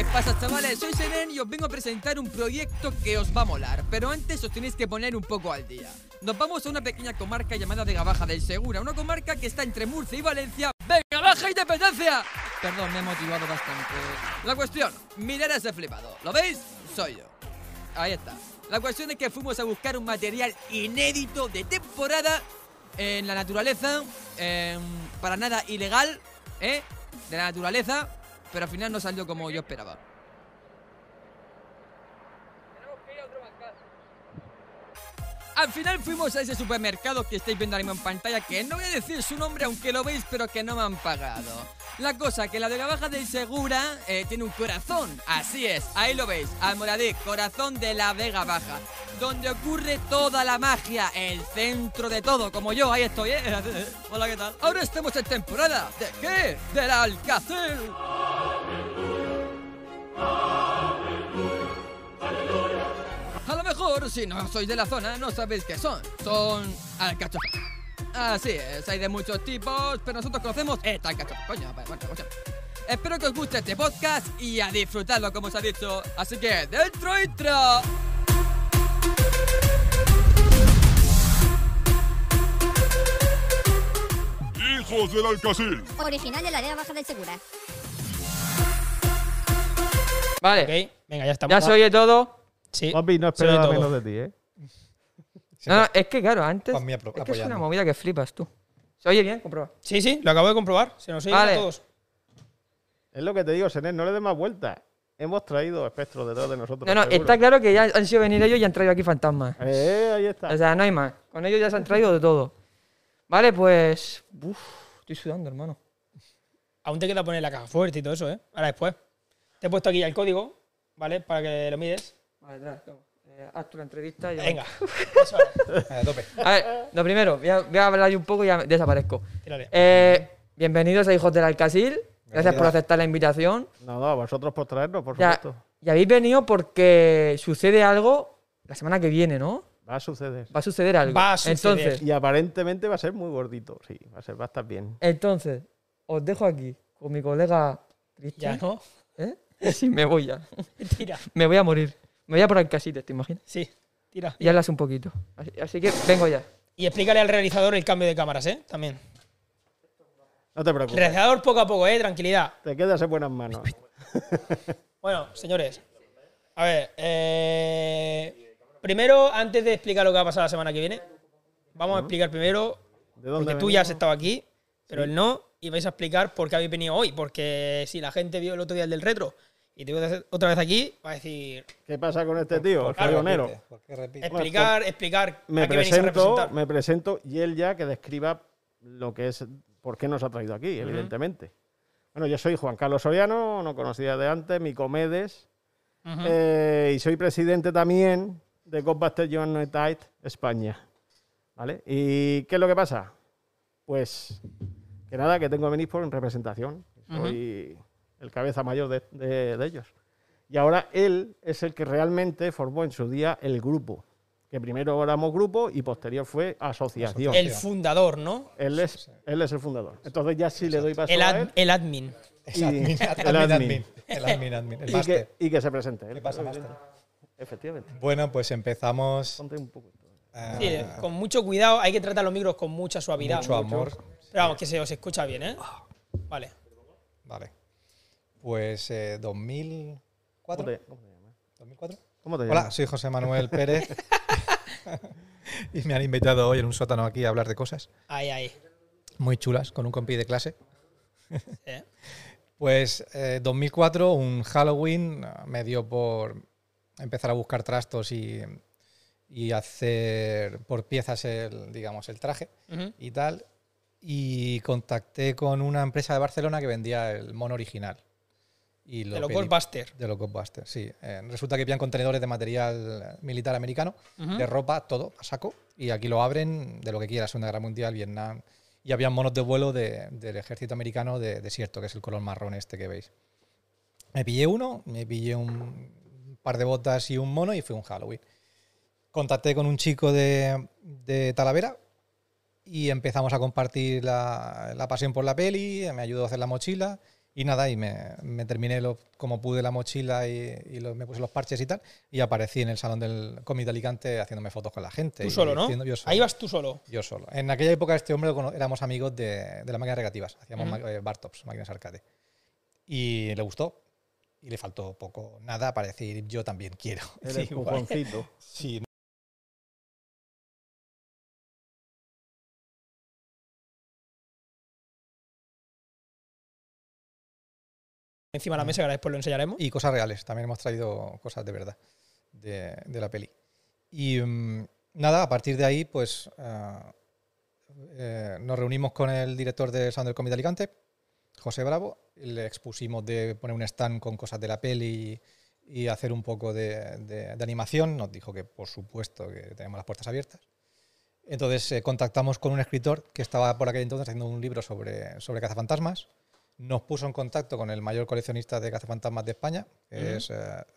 pasa, chavales? Soy Seren y os vengo a presentar un proyecto que os va a molar. Pero antes os tenéis que poner un poco al día. Nos vamos a una pequeña comarca llamada Vega Baja del Segura. Una comarca que está entre Murcia y Valencia. ¡Vega Baja Independencia! Perdón, me he motivado bastante. La cuestión, mirad a ese flipado. ¿Lo veis? Soy yo. Ahí está. La cuestión es que fuimos a buscar un material inédito de temporada en la naturaleza, para nada ilegal, de la naturaleza, pero al final no salió como yo esperaba. Al final fuimos a ese supermercado que estáis viendo ahora mismo en pantalla, que no voy a decir su nombre aunque lo veis, pero que no me han pagado. La cosa, que la Vega Baja del Segura tiene un corazón, así es, ahí lo veis, almoradí, corazón de la Vega Baja, donde ocurre toda la magia, el centro de todo, como yo, ahí estoy, Hola, ¿qué tal? Ahora estamos en temporada, ¿de qué? ¡Del Alcacil! A lo mejor, si no sois de la zona, no sabéis qué son. Son alcachofas. Así es, hay de muchos tipos, pero nosotros conocemos esta alcachofa. Coño, bueno. Espero que os guste este podcast y a disfrutarlo, como os ha dicho. Así que, ¡dentro intro! ¡Hijos del Alcacil! Original de la Vega Baja del Segura. Vale, Ok, venga, ya estamos. ya se oye todo. Sí, Papi, no se oye esperaba todo. menos de ti, ¿eh? No, es que claro, antes Juanmi es que es una apoyando. movida que flipas tú. ¿Se oye bien? Comprueba. Sí, lo acabo de comprobar. Se nos oye Vale. a todos. Es lo que te digo, Senen, no le des más vueltas. Hemos traído espectros detrás de nosotros. No, seguro. está claro que ya han sido venir ellos y han traído aquí fantasmas. Ahí está. O sea, no hay más. Con ellos ya se han traído de todo. Vale, pues... Uf, estoy sudando, hermano. Aún te queda poner la caja fuerte y todo eso, ¿eh? Ahora después. Te he puesto aquí ya el código, ¿vale? Para que lo mides. Vale, haz tú la entrevista y yo... Venga. Eso es. A tope. A ver, lo primero, voy a hablar yo un poco y ya desaparezco. Tírale. Bienvenidos a Hijos del Alcacil. Gracias por aceptar la invitación. No, a vosotros por traernos, por Ya, supuesto. y habéis venido porque sucede algo la semana que viene, ¿no? Va a suceder. Va a suceder algo. Va a suceder. Entonces, Y aparentemente va a ser muy gordito. Sí, va a estar bien. entonces, os dejo aquí con mi colega Ya, Cristian. ¿no? ¿Eh? Sí, me voy ya. Tira. Me voy a morir. Me voy a por el casite, ¿te imaginas? Sí, tira. Y hablas un poquito. Así que vengo ya. Y explícale al realizador el cambio de cámaras, ¿eh? También. No te preocupes. Realizador poco a poco, ¿eh? Tranquilidad. Te quedas en buenas manos. Bueno, señores. A ver, primero, antes de explicar lo que va a pasar la semana que viene, vamos a explicar primero, ¿De dónde porque tú ya has venimos? estado aquí, pero él no, y vais a explicar por qué habéis venido hoy. Porque si la gente vio el otro día el del retro y te veo otra vez aquí, va a decir, ¿Qué pasa con este tío? El Claro, pionero. ¿Por qué repite? explicar Me a qué venís a representar. presento y él ya que describa lo que es, por qué nos ha traído aquí, evidentemente. Bueno, yo soy Juan Carlos Soriano, no conocía de antes, Micomedes, Ujú. y soy presidente también de Ghostbusters United España. ¿Vale? ¿Y qué es lo que pasa? Pues que nada, que tengo que venir por en representación. Soy el cabeza mayor de ellos. Y ahora él es el que realmente formó en su día el grupo. Que primero éramos grupo y posterior fue asociación. El fundador, ¿no? Él es el fundador. Entonces ya sí le doy paso El, a él. el admin. Es admin, el admin. el Y máster. que se presente él. ¿Qué pasa, máster? Efectivamente. Bueno, pues empezamos. Ponte un poco. Sí, con mucho cuidado, hay que tratar los micros con mucha suavidad. Mucho amor. Pero vamos, que se os escucha bien, ¿eh? Vale. Vale. Pues 2004. ¿Cómo te llamas? ¿2004? ¿Cómo te llamas? Hola, soy José Manuel Pérez. Y me han invitado hoy en un sótano aquí a hablar de cosas Ahí. muy chulas con un compi de clase. ¿Eh? Pues 2004, un Halloween, me dio por empezar a buscar trastos y hacer por piezas el traje Ujú. y tal. Y contacté con una empresa de Barcelona que vendía el mono original. Y lo De los pedí. Ghostbusters. De los Ghostbusters, sí. Resulta que pillan contenedores de material militar americano, Ujú. de ropa, todo, a saco. Y aquí lo abren de lo que quieras, Segunda Guerra Mundial, Vietnam. Y había monos de vuelo del ejército americano de desierto, que es el color marrón este que veis. Me pillé un par de botas y un mono y fue un Halloween. Contacté con un chico de Talavera y empezamos a compartir la pasión por la peli, me ayudó a hacer la mochila Y nada, y me terminé como pude la mochila me puse los parches y tal, y aparecí en el salón del cómic de Alicante haciéndome fotos con la gente. Tú solo, ¿no? Yo solo. Ahí vas tú solo. Yo solo. En aquella época este hombre éramos amigos de las máquinas recreativas, hacíamos bar-tops, máquinas arcade. Y le gustó, y le faltó poco, nada para decir yo también quiero. El Sí, empujoncito. sí. Encima de la mesa, que ahora después lo enseñaremos. Y cosas reales, también hemos traído cosas de verdad de la peli. Y nada, a partir de ahí, pues nos reunimos con el director del Salón del Cómic de Alicante, José Bravo, y le expusimos de poner un stand con cosas de la peli y hacer un poco de animación. Nos dijo que, por supuesto, que tenemos las puertas abiertas. Entonces contactamos con un escritor que estaba por aquel entonces haciendo un libro sobre cazafantasmas. Nos puso en contacto con el mayor coleccionista de cazafantasmas de España, que es...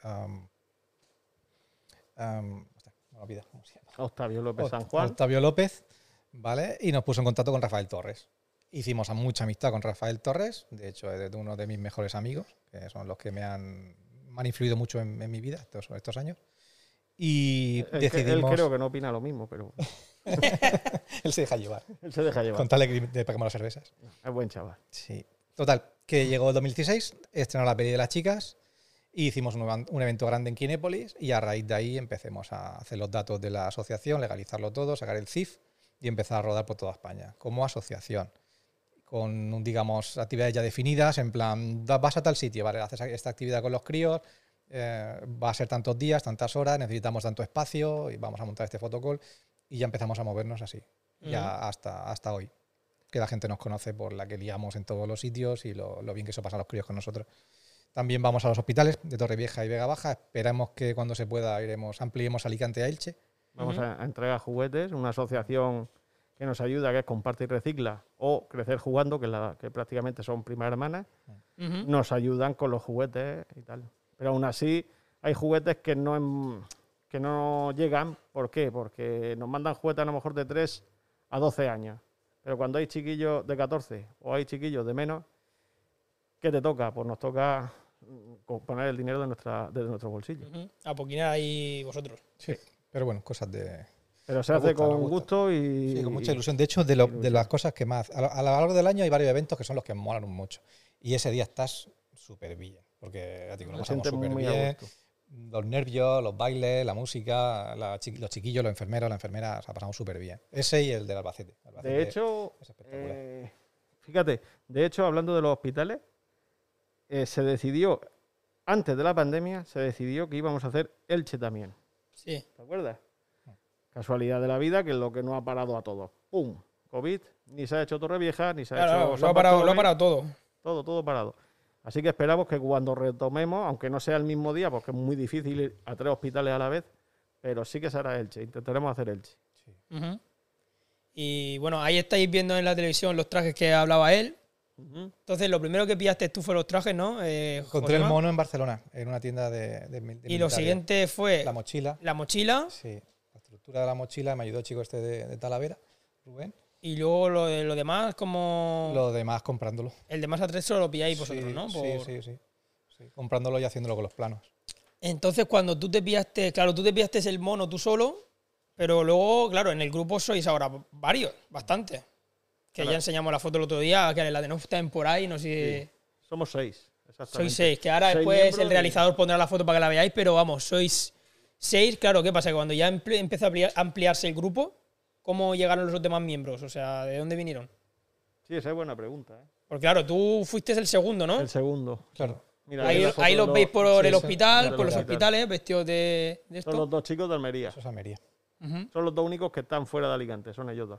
me olvida cómo se llama. Octavio López San Juan. Octavio López, ¿vale? Y nos puso en contacto con Rafael Torres. Hicimos mucha amistad con Rafael Torres, de hecho es de uno de mis mejores amigos, que son los que me han influido mucho en mi vida estos años. Y decidimos... Él creo que no opina lo mismo, pero Él se deja llevar. él se deja llevar. Con tal de pagarme las cervezas. Es buen chaval. Sí. Total, que llegó el 2016, estrenó la peli de las chicas, y hicimos un evento grande en Kinépolis, y a raíz de ahí empecemos a hacer los datos de la asociación, legalizarlo todo, sacar el CIF y empezar a rodar por toda España, como asociación, con, digamos, actividades ya definidas, en plan, vas a tal sitio, ¿vale? Haces esta actividad con los críos, va a ser tantos días, tantas horas, necesitamos tanto espacio, y vamos a montar este fotocall, y ya empezamos a movernos así, ya hasta hoy. Que la gente nos conoce por la que liamos en todos los sitios y lo bien que eso pasa a los críos con nosotros. También vamos a los hospitales de Torrevieja y Vega Baja. Esperamos que cuando se pueda ampliemos Alicante a Elche. Vamos a entregar juguetes, una asociación que nos ayuda, que es Comparte y Recicla, o Crecer Jugando, que prácticamente son primas hermanas, nos ayudan con los juguetes y tal. Pero aún así hay juguetes que no llegan. ¿Por qué? Porque nos mandan juguetes a lo mejor de 3 a 12 años. Pero cuando hay chiquillos de 14 o hay chiquillos de menos, ¿qué te toca? Pues nos toca poner el dinero de nuestro bolsillo. A poquinar ahí vosotros. Sí. Pero bueno, cosas de... Pero se Nos hace gusta, con nos gusta. gusto y... Sí, con mucha ilusión. De hecho, de las cosas que más... A lo largo del año hay varios eventos que son los que molan mucho. Y ese día estás súper bien. Porque ya te digo, lo Me pasamos sientes súper muy a bien. gusto. Los nervios, los bailes, la música, los chiquillos, los enfermeros, las enfermeras, o sea, pasamos súper bien. Ese y el del Albacete. De hecho, es espectacular. fíjate, hablando de los hospitales, se decidió, antes de la pandemia, se decidió que íbamos a hacer Elche también. Sí. ¿Te acuerdas? Casualidad de la vida, que es lo que nos ha parado a todos. ¡Pum! COVID, ni se ha hecho Torrevieja, ni se ha Claro, hecho... lo ha parado todo. Todo parado. Así que esperamos que cuando retomemos, aunque no sea el mismo día, porque es muy difícil ir a 3 hospitales a la vez, pero sí que será Elche. Intentaremos hacer Elche. Y bueno, ahí estáis viendo en la televisión los trajes que hablaba él. Entonces, lo primero que pillaste tú fue los trajes, ¿no? Encontré el mono en Barcelona, en una tienda de Y lo militaria. siguiente fue La mochila. la mochila. Sí, la estructura de la mochila me ayudó el chico este de Talavera, Rubén. Y luego lo demás, como... Lo demás comprándolo. El demás A3 lo pilláis vosotros, Sí, ¿no? sí. Comprándolo y haciéndolo con los planos. Entonces, cuando tú te pillaste... Claro, tú te pillaste el mono tú solo, pero luego, claro, en el grupo sois ahora varios, bastante. Que ya enseñamos la foto el otro día, que la de Nofta en por ahí, no sé... Sí. Somos 6, exactamente. Sois 6, que ahora 6 después miembros el realizador pondrá la foto para que la veáis, pero vamos, sois 6. Claro, ¿qué pasa? Que cuando ya empezó a ampliarse el grupo, ¿cómo llegaron los demás miembros? O sea, ¿de dónde vinieron? Sí, esa es buena pregunta. Porque claro, tú fuiste el segundo, ¿no? El segundo. Claro. Mira, Ahí, la foto ahí de los veis por sí, el sí, hospital, por por los el hospitales, vestidos de Son esto. los 2 chicos de Almería. Eso es Almería. Ujú. Son los 2 únicos que están fuera de Alicante, son ellos 2.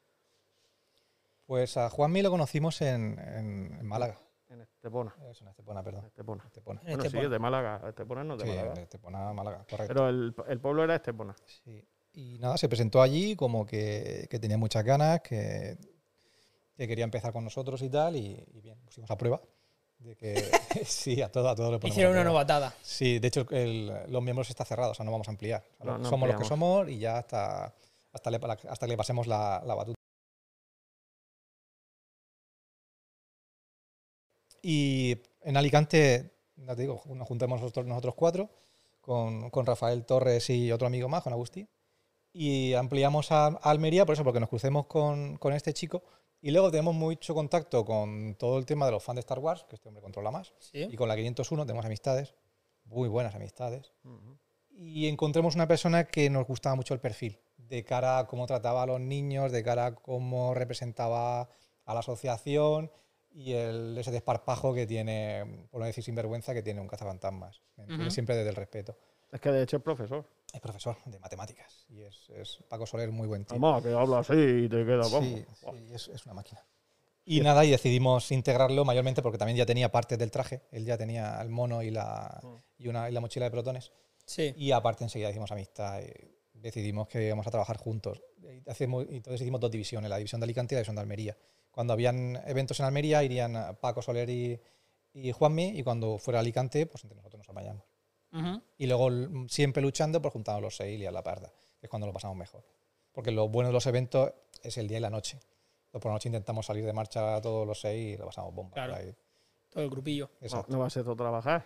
Pues a Juanmi lo conocimos en Málaga. En Estepona. Eso, en Estepona, perdón. Estepona. Estepona. Bueno, sí, Estepona. es de Málaga. Estepona no es de Sí, Málaga. Estepona, Málaga, correcto. Pero el pueblo era Estepona. Sí. Y nada, se presentó allí como que tenía muchas ganas, que quería empezar con nosotros y tal, y bien, pusimos a prueba de que sí, a todo le ponemos Hicieron a una prueba. novatada. Sí, de hecho los miembros está cerrado, o sea, no vamos a ampliar. O sea, No somos los que ampliamos. somos y ya hasta que le pasemos la batuta. Y en Alicante, ya te digo, nos juntamos nosotros 4 con Rafael Torres y otro amigo más, con Agustí. Y ampliamos a Almería, por eso, porque nos crucemos con este chico. Y luego tenemos mucho contacto con todo el tema de los fans de Star Wars, que este hombre controla más. Sí. Y con la 501 tenemos amistades, muy buenas amistades. Y encontramos una persona que nos gustaba mucho el perfil, de cara a cómo trataba a los niños, de cara a cómo representaba a la asociación y ese desparpajo que tiene, por no decir sinvergüenza, que tiene un cazafantasmas. Siempre desde el respeto. Es que de hecho es profesor. Es profesor de matemáticas y es Paco Soler, muy buen tío. Vamos, que habla así y te queda, vamos. Sí, es una máquina. Y nada, y decidimos integrarlo mayormente porque también ya tenía partes del traje. Él ya tenía el mono y la mochila de protones. Sí. Y aparte enseguida hicimos amistad. Decidimos que íbamos a trabajar juntos. Y entonces hicimos 2 divisiones, la división de Alicante y la división de Almería. Cuando habían eventos en Almería irían Paco Soler y Juanmi, y cuando fuera Alicante, pues entre nosotros nos apañamos. Y luego siempre luchando por juntarnos los 6 y liar la parda, que es cuando lo pasamos mejor. Porque lo bueno de los eventos es el día y la noche. Por la noche intentamos salir de marcha todos los 6 y lo pasamos bomba. Claro. Por ahí. Todo el grupillo. Exacto. No va a ser todo trabajar.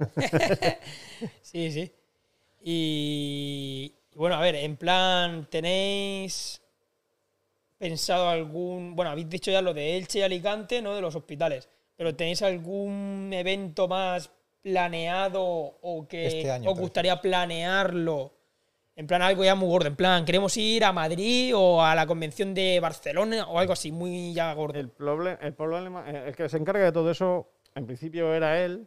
Sí, sí. Y bueno, a ver, en plan, ¿tenéis pensado algún... Bueno, habéis dicho ya lo de Elche y Alicante, ¿no? De los hospitales. Pero ¿tenéis algún evento más planeado o que Este año, os gustaría planearlo? En plan, algo ya muy gordo. En plan, queremos ir a Madrid o a la convención de Barcelona o algo así, muy ya gordo. El problema, el que se encarga de todo eso, en principio era él.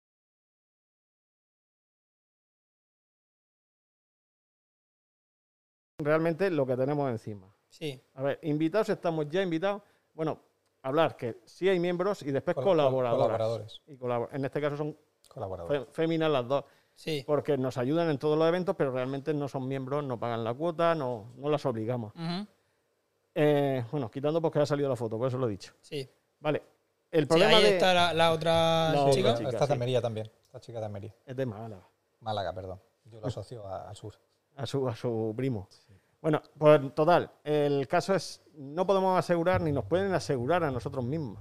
Realmente lo que tenemos encima. Sí. A ver, invitados estamos ya invitados. Bueno, hablar que sí hay miembros y después colaboradores. Y en este caso son Colaboradores. féminas las dos. Sí. Porque nos ayudan en todos los eventos, pero realmente no son miembros, no pagan la cuota, no las obligamos. Bueno, quitando porque ha salido la foto, por eso lo he dicho. Sí. Vale. El Sí, problema ahí de... está la otra No, chica. chica, Esta de sí. Almería también. Esta chica de Almería. Es de Málaga. Málaga, perdón. Yo lo asocio al sur. A su primo. Bueno, pues total, el caso es, no podemos asegurar ni nos pueden asegurar a nosotros mismos.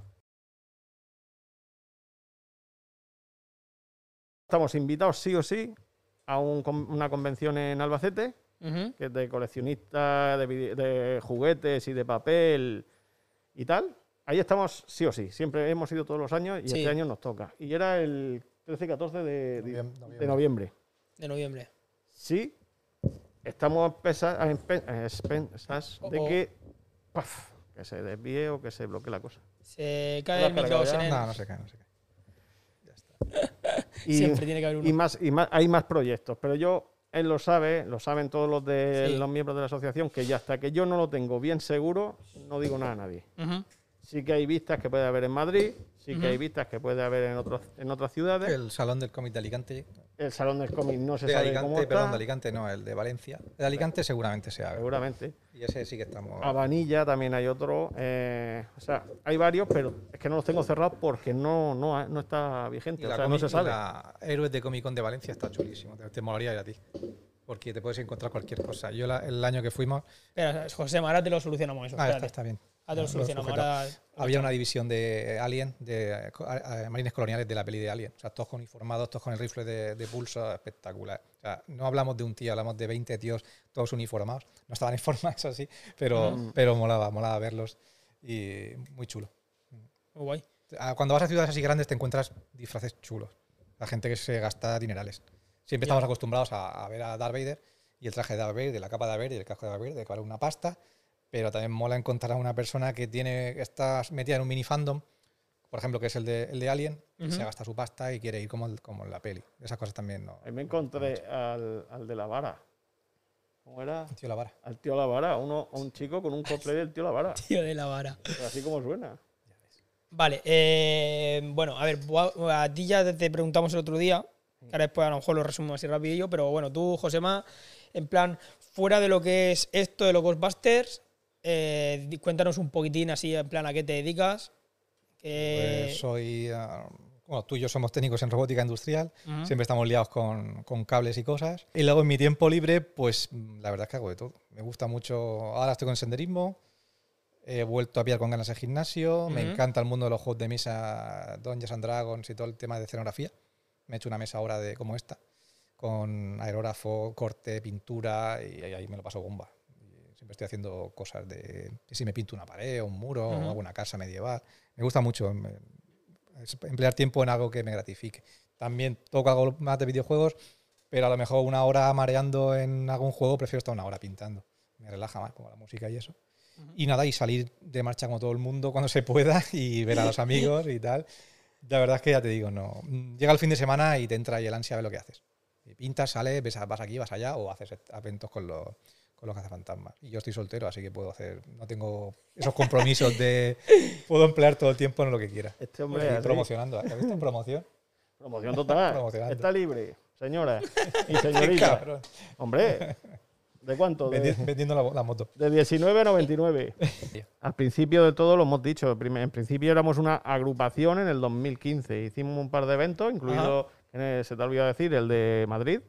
Estamos invitados sí o sí a una convención en Albacete, que es de coleccionistas, de juguetes y de papel y tal. Ahí estamos sí o sí, siempre hemos ido todos los años y Sí. este año nos toca. Y era el 13 y 14 de noviembre. De noviembre. Sí, estamos a expensas de que se desvíe o que se bloquee la cosa. Se cae ¿Lo el has cargado micro, ya? Senén. No se cae. Y, Siempre tiene que haber uno. y más, hay más proyectos, pero él lo saben todos los de Sí. los miembros de la asociación, que ya hasta que yo no lo tengo bien seguro, no digo nada a nadie. Sí que hay vistas que puede haber en Madrid, sí que hay vistas que puede haber en otras ciudades. El Salón del Cómic de Alicante. El Salón del Cómic no se De sabe Alicante, cómo está, perdón, de Alicante no, el de Valencia. El de Alicante seguramente se haga. seguramente. Y ese sí que estamos... A Vanilla también hay otro. O sea, hay varios, pero es que no los tengo cerrados porque no está vigente. Y O la, sea, no se sabe. la Héroes de Comic Con de Valencia está chulísimo. Te molaría ir a ti. Porque te puedes encontrar cualquier cosa. Yo el año que fuimos... Espera, José, ahora te lo solucionamos eso. espérate. está bien. Ahora te lo Lo he solucionamos. sujetado. Ahora... Había una división de Alien, de marines coloniales de la peli de Alien. O sea, todos uniformados, todos con el rifle de pulso, espectacular. O sea, no hablamos de un tío, hablamos de 20 tíos, todos uniformados. No estaban en forma, eso sí, pero molaba verlos. Y muy chulo. Muy guay. Cuando vas a ciudades así grandes te encuentras disfraces chulos. La gente que se gasta dinerales. Siempre estamos acostumbrados a ver a Darth Vader y el traje de Darth Vader, de la capa de Darth Vader y el casco de Darth Vader, de que vale una pasta. Pero también mola encontrar a una persona que está metida en un mini fandom, por ejemplo, que es el de Alien, y se gasta su pasta y quiere ir como en la peli. Esas cosas también no. Ahí me encontré al de la vara. ¿Cómo era? El tío la vara. Al tío la vara. Un chico con un cosplay del tío la vara. Tío de la vara. Así como suena. Vale, bueno, a ver, a ti ya te preguntamos el otro día, que ahora después a lo mejor lo resumo así rapidillo, pero bueno, tú, Josema, en plan, fuera de lo que es esto de los Ghostbusters, cuéntanos un poquitín así, en plan, a qué te dedicas. Pues bueno, tú y yo somos técnicos en robótica industrial, siempre estamos liados con cables y cosas. Y luego en mi tiempo libre, pues la verdad es que hago de todo. Me gusta mucho, ahora estoy con senderismo, He vuelto a pillar con ganas el gimnasio. Me encanta el mundo de los juegos de mesa, Dungeons and Dragons y todo el tema de escenografía. Me he hecho una mesa ahora como esta, con aerógrafo, corte, pintura, y ahí me lo paso bomba. Y siempre estoy haciendo cosas de si me pinto una pared, un muro, o alguna casa medieval. Me gusta mucho emplear tiempo en algo que me gratifique. También toco algo más de videojuegos, pero a lo mejor una hora mareando en algún juego, prefiero estar una hora pintando. Me relaja más, como la música y eso. Y nada, y salir de marcha como todo el mundo cuando se pueda y ver a los amigos y tal. La verdad es que ya te digo, no. Llega el fin de semana y te entra ahí el ansia de lo que haces. Y pintas, sales, vas aquí, vas allá, o haces eventos con los cazafantasmas. Y yo estoy soltero, así que puedo hacer. No tengo esos compromisos de. Puedo emplear todo el tiempo en lo que quiera. Este hombre Estoy así. promocionando. ¿Has visto en promoción? Promoción total. Promocionando. Está libre, señora y Qué señorita. cabrón. Hombre, ¿de cuánto? Vendiendo la moto. De 19 a 99. Al principio de todo lo hemos dicho. En principio éramos una agrupación en el 2015. Hicimos un par de eventos, incluido, se te ha olvidado decir, el de Madrid.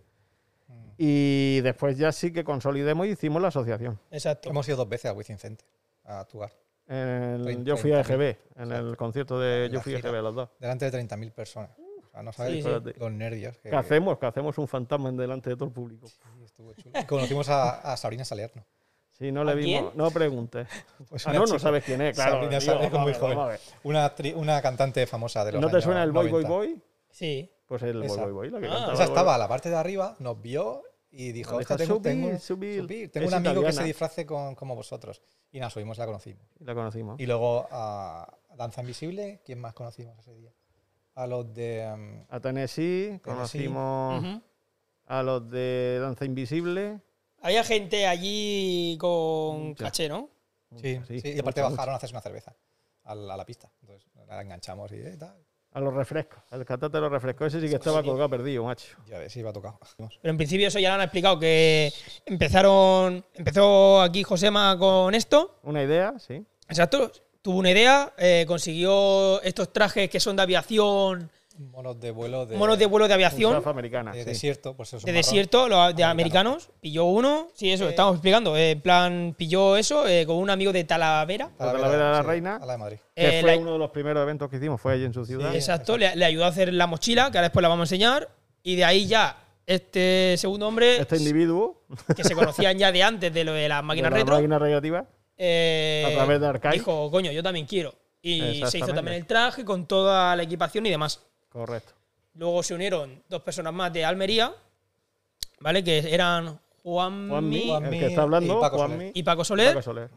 Y después ya sí que consolidemos y hicimos la asociación. Exacto. Hemos ido 2 veces a Wizzing Center a actuar. Yo fui a EGB, en o sea, el concierto de en Yo la fui a gira. EGB los dos. Delante de 30.000 personas. O sea, no sabes Sí, los nervios. ¿Qué hacemos? Que hacemos un fantasma delante de todo el público. Estuvo chulo. Y conocimos a Sabrina Salerno. Sí, no le ¿A vimos. No preguntes. Pues Ah, una no chica. sabes quién es, claro. Sabrina digo, Salerno, muy vamos a ver, joven. vamos a ver. Una cantante famosa de los ¿No te años suena el Boy Boy 90. Boy? Sí. Pues el Boy Esa. Boy Boy, la que Ah, cantaba. Esa el Boy estaba Boy. a la parte de arriba, nos vio y dijo, Nos dijo, "Hostia, subir. tengo Es un amigo que italiana. se disfrace como vosotros. Y nada, subimos y la conocimos. Y la conocimos. Y luego a Danza Invisible, ¿quién más conocimos ese día? A los de... A Tennessee, conocimos a los de Danza Invisible. Había gente allí con Mucha. caché, ¿no? sí, Sí, y aparte mucho, bajaron a hacerse una cerveza a la pista. Entonces la enganchamos y tal. A los refrescos. El cantante de los refrescos. Ese sí que estaba colgado perdido, macho. Ya ves, iba tocado. Pero en principio eso ya lo han explicado, que empezó aquí Josema con esto. Una idea, sí. Exacto. Tuvo una idea, consiguió estos trajes que son de aviación, Monos de vuelo de de aviación, Surf americana. de sí. desierto. Pues eso, de marrón. desierto, los de americanos. Pilló uno, sí, eso, estamos explicando. En plan, pilló eso con un amigo de Talavera. La Talavera de la sí, Reina. A la de Madrid. Que fue la- uno de los primeros eventos que hicimos, fue allí en su ciudad. Exacto, le ayudó a hacer la mochila, que ahora después la vamos a enseñar. Y de ahí ya, este segundo hombre, Este individuo, que se conocían ya de antes de lo de las de máquinas la retro, máquina recreativa, a través de Arcade. dijo, coño, yo también quiero. Y se hizo Exactamente. también el traje con toda la equipación y demás. Correcto. Luego se unieron 2 personas más de Almería, ¿vale? Que eran Juanmi, Juanmi el que está hablando, y Paco Juanmi y Paco Soler. Paco Soler.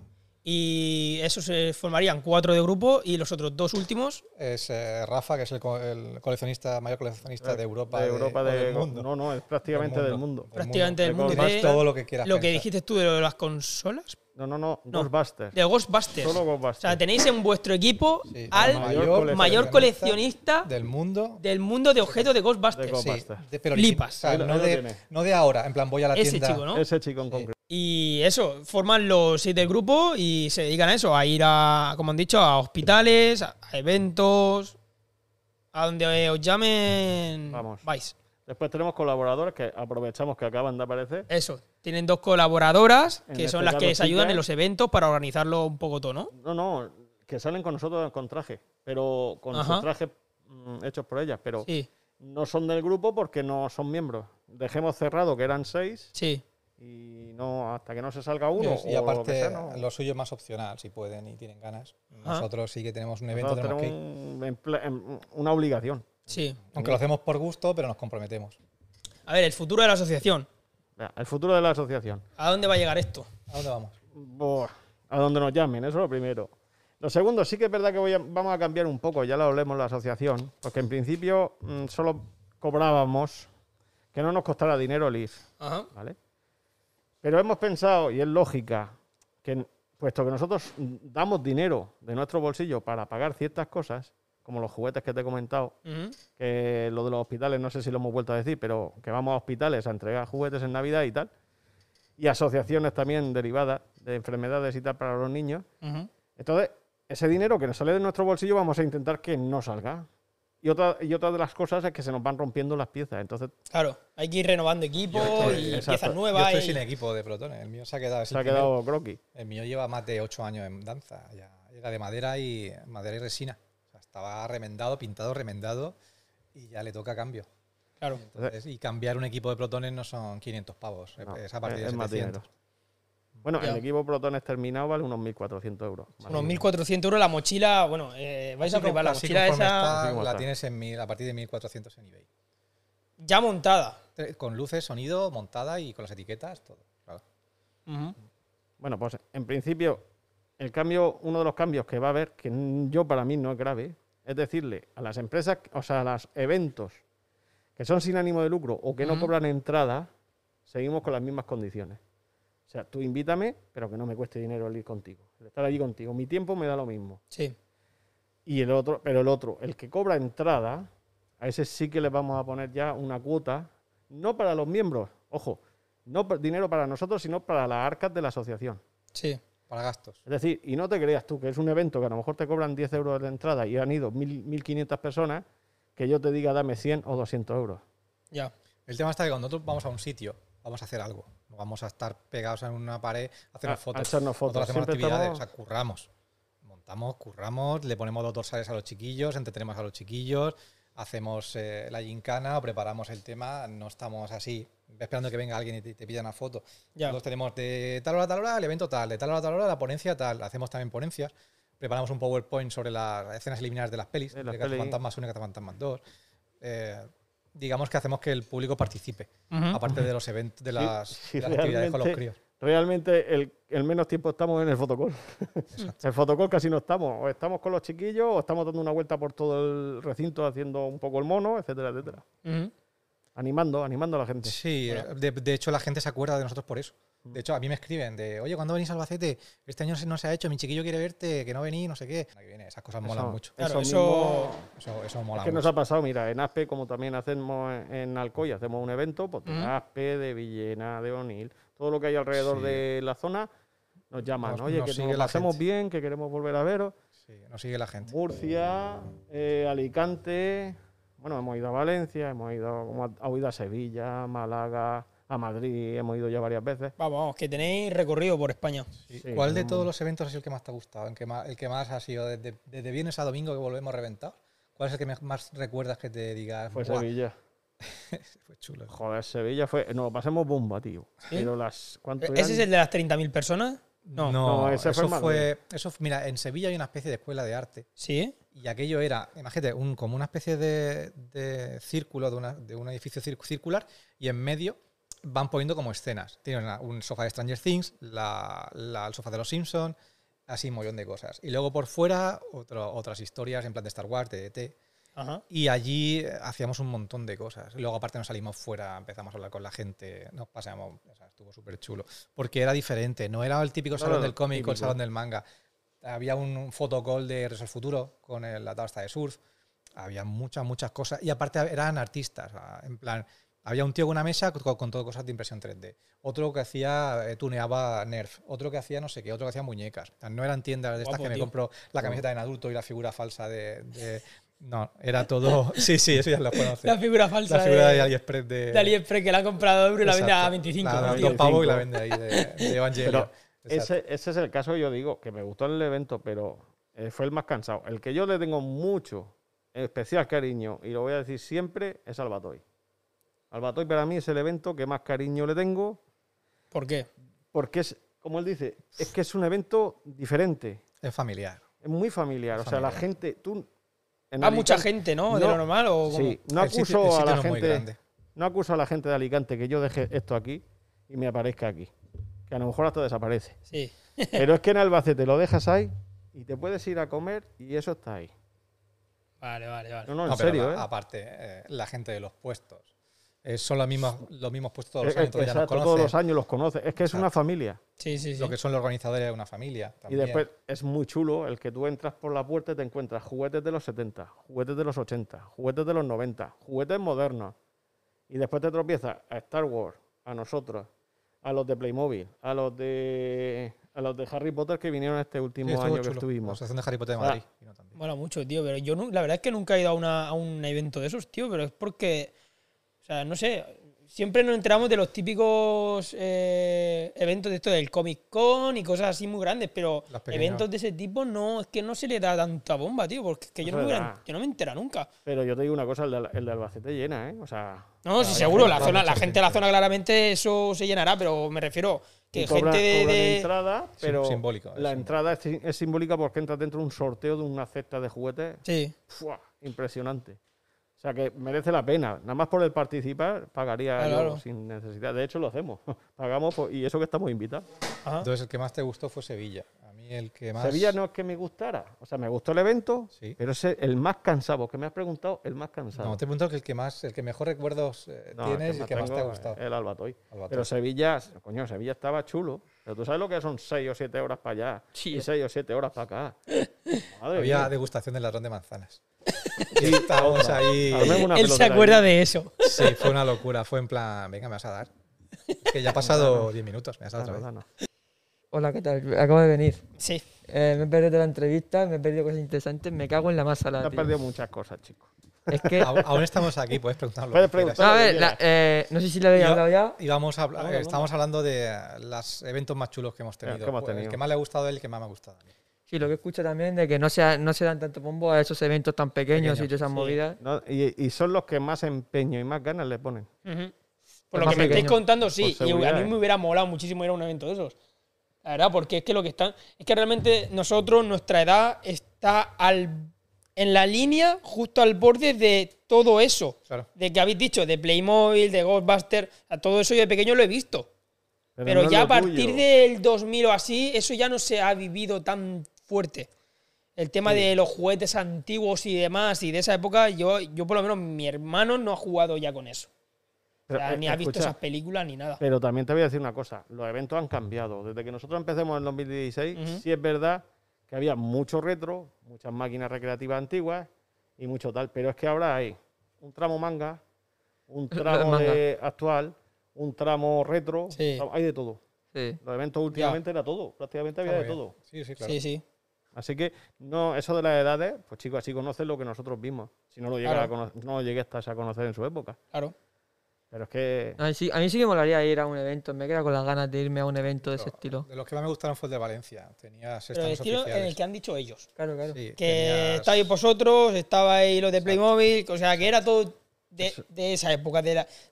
Y eso se formarían 4 de grupo y los otros 2 últimos. Es Rafa, que es el coleccionista, mayor coleccionista de Europa. De Europa, o del mundo. No, es prácticamente del mundo. Prácticamente del De mundo. Ghostbusters. De Todo lo que quieras. lo que pensar. dijiste tú de las consolas. No, Ghostbusters. De Ghostbusters. Solo O Ghostbusters. sea, tenéis en vuestro equipo Sí, al mayor coleccionista del mundo. del mundo de objetos de Ghostbusters. De Sí, Ghostbusters. pero Flipas. o sea, Ahí lo tiene. no de ahora, en plan voy a la Ese tienda. chico, ¿no? Ese chico en concreto. Y eso, forman los 6 del grupo y se dedican a eso, a ir a, como han dicho, a hospitales, a eventos, a donde os llamen, Vamos. vais. Después tenemos colaboradores que aprovechamos que acaban de aparecer. Eso, tienen 2 colaboradoras En que este son las que caso, les ayudan chicas. en los eventos para organizarlo un poco todo, ¿no? No, que salen con nosotros con traje, pero con Ajá. sus trajes hechos por ellas, pero Sí, no son del grupo porque no son miembros. Dejemos cerrado que eran 6 sí. y no hasta que no se salga uno. Y o lo que aparte, sea, no. lo suyo es más opcional, si pueden y tienen ganas. Ah. Nosotros sí que tenemos un evento, Nosotros tenemos que ir. tenemos una obligación. Sí. Aunque lo hacemos por gusto, pero nos comprometemos. A ver, el futuro de la asociación. Vea, el futuro de la asociación. ¿A dónde va a llegar esto? ¿A dónde vamos? Buah, a donde nos llamen, eso es lo primero. Lo segundo, sí que es verdad que vamos a cambiar un poco, ya lo hablemos la asociación, porque en principio solo cobrábamos que no nos costara dinero el ir, Ajá. ¿vale? Pero hemos pensado, y es lógica, que puesto que nosotros damos dinero de nuestro bolsillo para pagar ciertas cosas, como los juguetes que te he comentado, Ujú. que lo de los hospitales no sé si lo hemos vuelto a decir, pero que vamos a hospitales a entregar juguetes en Navidad y tal, y asociaciones también derivadas de enfermedades y tal para los niños. Ujú. Entonces, ese dinero que nos sale de nuestro bolsillo vamos a intentar que no salga. Y otra de las cosas es que se nos van rompiendo las piezas. Entonces, Claro, hay que ir renovando equipos y exacto. piezas Yo nuevas. estoy sin equipo de protones. El mío se ha quedado. se ha quedado croquis. El mío lleva más de 8 años en danza. Ya era de madera y resina. O sea, estaba remendado, pintado, remendado y ya le toca cambio. Claro. Entonces, y cambiar un equipo de protones no son 500 pavos. No, es a partir de es más 700. dinero. Bueno, Ya. el equipo protones terminado vale unos 1.400 euros. Unos 1.400 euros la mochila. Bueno, vais a flipar. La Así mochila conforme esa está, Así como la está. tienes a partir de 1.400 en eBay. ya montada. Con luces, sonido, montada y con las etiquetas, todo. Claro. Ujú. Bueno, pues en principio, uno de los cambios que va a haber, que yo para mí no es grave, es decirle a las empresas, o sea, a los eventos que son sin ánimo de lucro o que no Ujú. cobran entrada, seguimos con las mismas condiciones. O sea, tú invítame, pero que no me cueste dinero el ir contigo, el estar allí contigo. Mi tiempo me da lo mismo. Sí. Y el otro, el que cobra entrada, a ese sí que le vamos a poner ya una cuota, no para los miembros, ojo, no dinero para nosotros, sino para las arcas de la asociación. Sí. Para gastos. Es decir, y no te creas tú que es un evento que a lo mejor te cobran 10 euros de entrada y han ido 1.500 personas, que yo te diga dame 100 o 200 euros. Ya. El tema está que cuando nosotros vamos a un sitio, vamos a hacer algo. No vamos a estar pegados en una pared a hacernos A fotos. echarnos fotos. Nosotros hacemos Siempre actividades, estamos- o sea, curramos. Montamos, curramos, le ponemos los dorsales a los chiquillos, entretenemos a los chiquillos, hacemos la gincana o preparamos el tema. No estamos así esperando que venga alguien y te pida una foto. Ya. Nosotros tenemos de tal hora a tal hora el evento tal, de tal hora a tal hora la ponencia tal. Hacemos también ponencias. Preparamos un PowerPoint sobre las escenas eliminadas de las pelis, De de las pelis. Cazafantasmas 1 y Cazafantasmas 2. Digamos que hacemos que el público participe, Ujú. aparte de los eventos, de las, Sí, de las actividades con los realmente- críos. Realmente el menos tiempo estamos en el fotocall. El fotocall casi no estamos. O estamos con los chiquillos o estamos dando una vuelta por todo el recinto haciendo un poco el mono, etcétera, etcétera. Ujú. Animando a la gente. Sí, de hecho la gente se acuerda de nosotros por eso. De hecho, a mí me escriben de, oye, ¿cuándo venís a Albacete? Este año no se ha hecho, mi chiquillo quiere verte, que no venís, no sé qué. Aquí viene, esas cosas molan mucho. Claro, mismo- Eso mola Es que nos mucho. ha pasado, mira, en Aspe, como también hacemos en Alcoy, hacemos un evento, pues de Ujú. Aspe, de Villena, de Onil, todo lo que hay alrededor Sí. de la zona, nos llaman. Nos- Oye, nos que sigue nos la pasemos gente. bien, que queremos volver a veros. Sí, nos sigue la gente. Murcia, Alicante, bueno, hemos ido a Valencia, hemos ido a Sevilla, Málaga, a Madrid, hemos ido ya varias veces. Vamos, que tenéis recorrido por España. Sí. Sí, ¿Cuál de no- todos los eventos ha sido el que más te ha gustado? El que más ha sido desde viernes a domingo que volvemos reventados? ¿Cuál es el que más recuerdas que te digas? Fue "Buah, Sevilla. fue chulo"? Joder, Sevilla fue. Nos lo pasemos bomba, tío. ¿Sí? Pero ¿cuánto ¿Ese eran? es el de las 30.000 personas? No. No, ese fue en Madrid. Mira, en Sevilla hay una especie de escuela de arte. ¿Sí? Y aquello era, imagínate, como una especie de círculo, de un edificio circular, y en medio van poniendo como escenas. Tienen un sofá de Stranger Things, el sofá de los Simpsons, así un montón de cosas. Y luego por fuera, otras historias en plan de Star Wars, de ET. Ajá. Y allí hacíamos un montón de cosas. Y luego aparte nos salimos fuera, empezamos a hablar con la gente, nos pasamos, o sea, estuvo súper chulo. Porque era diferente, no era el típico salón Claro, del cómic o el típico. salón del manga. Había un fotocall de Regreso al Futuro con la tabla de surf. Había muchas cosas. Y aparte eran artistas. O sea, en plan, había un tío con una mesa con todo cosas de impresión 3D. Otro que hacía, tuneaba Nerf. Otro que hacía no sé qué. Otro que hacía muñecas. O sea, no eran tiendas de estas Guapo, que me tío. compro la camiseta en adulto y la figura falsa No, era todo... Sí, eso ya lo conoces. La figura falsa La figura de de AliExpress de AliExpress que la ha comprado a euro y la vende a Exacto. 25. La da tío. 2 pavos y la vende ahí de Evangelion. Pero Exacto. ese es el caso, yo digo, que me gustó en el evento, pero fue el más cansado. El que yo le tengo mucho, especial cariño, y lo voy a decir siempre, es Albatoy. Albatoy para mí es el evento que más cariño le tengo, ¿Por qué? porque es, como él dice, es que es un evento diferente, Es familiar. es muy familiar. O sea, la Familiar. gente, tú... en ¿Va mucha Alicante- gente, no? ¿De No, lo normal o cómo? Sí, no El sitio acuso a la no es muy gente... grande. No acuso a la gente de Alicante que yo deje esto aquí y me aparezca aquí. Que a lo mejor hasta desaparece. Sí. Pero es que en Albacete lo dejas ahí y te puedes ir a comer y eso está ahí. Vale. No, no, en No, pero serio, ¿eh? aparte, la gente de los puestos. Son los mismos puestos todos los años, Es que, todos ya nos exacto, todos conocen. los años los conoces. Es que es Exacto. una familia. Sí. Lo que son los organizadores de una familia. Y También. después es muy chulo el que tú entras por la puerta y te encuentras juguetes de los 70, juguetes de los 80, juguetes de los 90, juguetes modernos. Y después te tropiezas a Star Wars, a nosotros, a los de Playmobil, a los de Harry Potter que vinieron este último Sí, estuvo año que chulo. La estuvimos. asociación de Harry Potter de Ah. Madrid. vino también. Mola mucho, tío, pero yo la verdad es que nunca he ido a un evento de esos, tío, pero es porque, o sea, no sé, siempre nos enteramos de los típicos eventos de esto del Comic Con y cosas así muy grandes, pero Los pequeños. eventos de ese tipo no, es que no se le da tanta bomba, tío, porque es que yo No no, se me le hubiera- da. yo no me entera nunca. Pero yo te digo una cosa, el de Albacete llena, ¿eh? O sea, No, sí, Claro, seguro, claro, la mucha gente de la gente. zona claramente eso se llenará, pero me refiero que y cobran gente cobran de... entrada, pero simbólico, es la simbólico. entrada es simbólica porque entras dentro de un sorteo de una cesta de juguetes. Sí. ¡Fua! Impresionante. O sea que merece la pena. Nada más por el participar pagaría Claro, yo claro. sin necesidad. De hecho, lo hacemos. Pagamos y eso que estamos invitados. Ajá. Entonces, el que más te gustó fue Sevilla. A mí el que más... Sevilla no es que me gustara. O sea, me gustó el evento, Sí. pero es el más cansado. Porque me has preguntado el más cansado. No, te pregunto que el que mejor recuerdos No, tienes y el que más te ha tengo gustado. El Albatoy. Albatoy. Pero Sevilla, coño, Sevilla estaba chulo. Pero tú sabes lo que son 6 o 7 horas para allá Sí. y 6 o 7 horas para acá. Madre Había mía. degustación del ladrón de manzanas. Y estábamos ahí. Armemos una Él se pelotera acuerda ahí. de eso. Sí, fue una locura. Fue en plan, venga, me vas a dar. Es que ya ha pasado 10 minutos, me vas a dar otra vez. No. Hola, ¿qué tal? Acabo de venir. Sí. Me he perdido la entrevista, me he perdido cosas interesantes, me cago en la masa. Te has Tío. perdido muchas cosas, chico. Es que. Aún estamos aquí, puedes preguntar lo Puedes que quieras. preguntar. A ver, no sé si le habéis hablado ya. Estábamos hablando de los eventos más chulos que hemos tenido. que hemos Pues, tenido. El que más le ha gustado a él y el que más me ha gustado a mí. Sí, lo que escucho también de que no se dan tanto bombo a esos eventos tan pequeños y todas esas sí. movidas. No, y son los que más empeño y más ganas le ponen. Ujú. Por lo más que me estáis pequeño. contando, sí. Por Y a seguridad, mí me hubiera molado muchísimo ir a un evento de esos. La verdad, porque es que lo que están. Es que realmente nosotros, nuestra edad, está en la línea, justo al borde de todo eso. Claro. De que habéis dicho, de Playmobil, de Ghostbusters, a todo eso yo de pequeño lo he visto. Pero no es ya lo a partir tuyo. del 2000 o así, eso ya no se ha vivido tan fuerte. El tema de los juguetes antiguos y demás, y de esa época, yo por lo menos, mi hermano no ha jugado ya con eso. O sea, Pero, ni ha visto escucha, esas películas ni nada. Pero también te voy a decir una cosa. Los eventos han cambiado. Desde que nosotros empecemos en 2016, Ujú. sí es verdad que había mucho retro, muchas máquinas recreativas antiguas y mucho tal. Pero es que ahora hay un tramo manga, un tramo manga. actual, un tramo retro. Sí. Hay de todo. Sí. Los eventos últimamente era todo. Prácticamente había de Está muy todo. bien. Sí, sí, claro. Sí, sí. Así que no, eso de las edades, pues chicos, así conocen lo que nosotros vimos. Si no lo llegas Claro. a conocer, no lo llegues a conocer en su época. Claro. Pero es que A mí sí que molaría ir a un evento, me he quedado con las ganas de irme a un evento de ese estilo. De los que más me gustaron fue el de Valencia. Tenías Pero el stands estilo en oficiales. el que han dicho ellos. Claro, claro. Sí, Que tenías- estabais vosotros, estabais los de Playmobil, o sea, que era todo de esa época,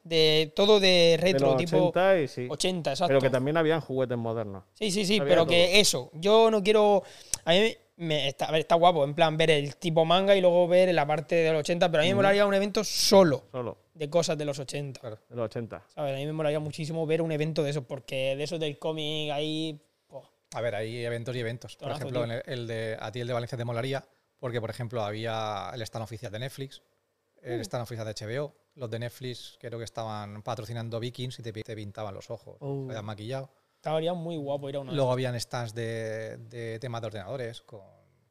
de todo de de retro, los tipo 80 y sí. 80, exacto. Pero que también habían juguetes modernos. Sí, sí, sí, había pero todo. que eso, yo no quiero. A mí a ver, está guapo, en plan, ver el tipo manga y luego ver la parte de los 80, pero a mí me molaría un evento solo Solo, de cosas de los 80. Claro. de los 80. ¿Sabes? A mí me molaría muchísimo ver un evento de esos, porque de esos del cómic ahí. Pues, A ver, hay eventos y eventos. Por Tonazo, ejemplo, tío. a ti el de Valencia te molaría, porque, por ejemplo, había el stand oficial de Netflix, el stand oficial de HBO. Los de Netflix creo que estaban patrocinando Vikings y te pintaban los ojos. Oh. Te habían maquillado. estaría muy guapo ir a uno de Luego habían stands de temas de ordenadores, con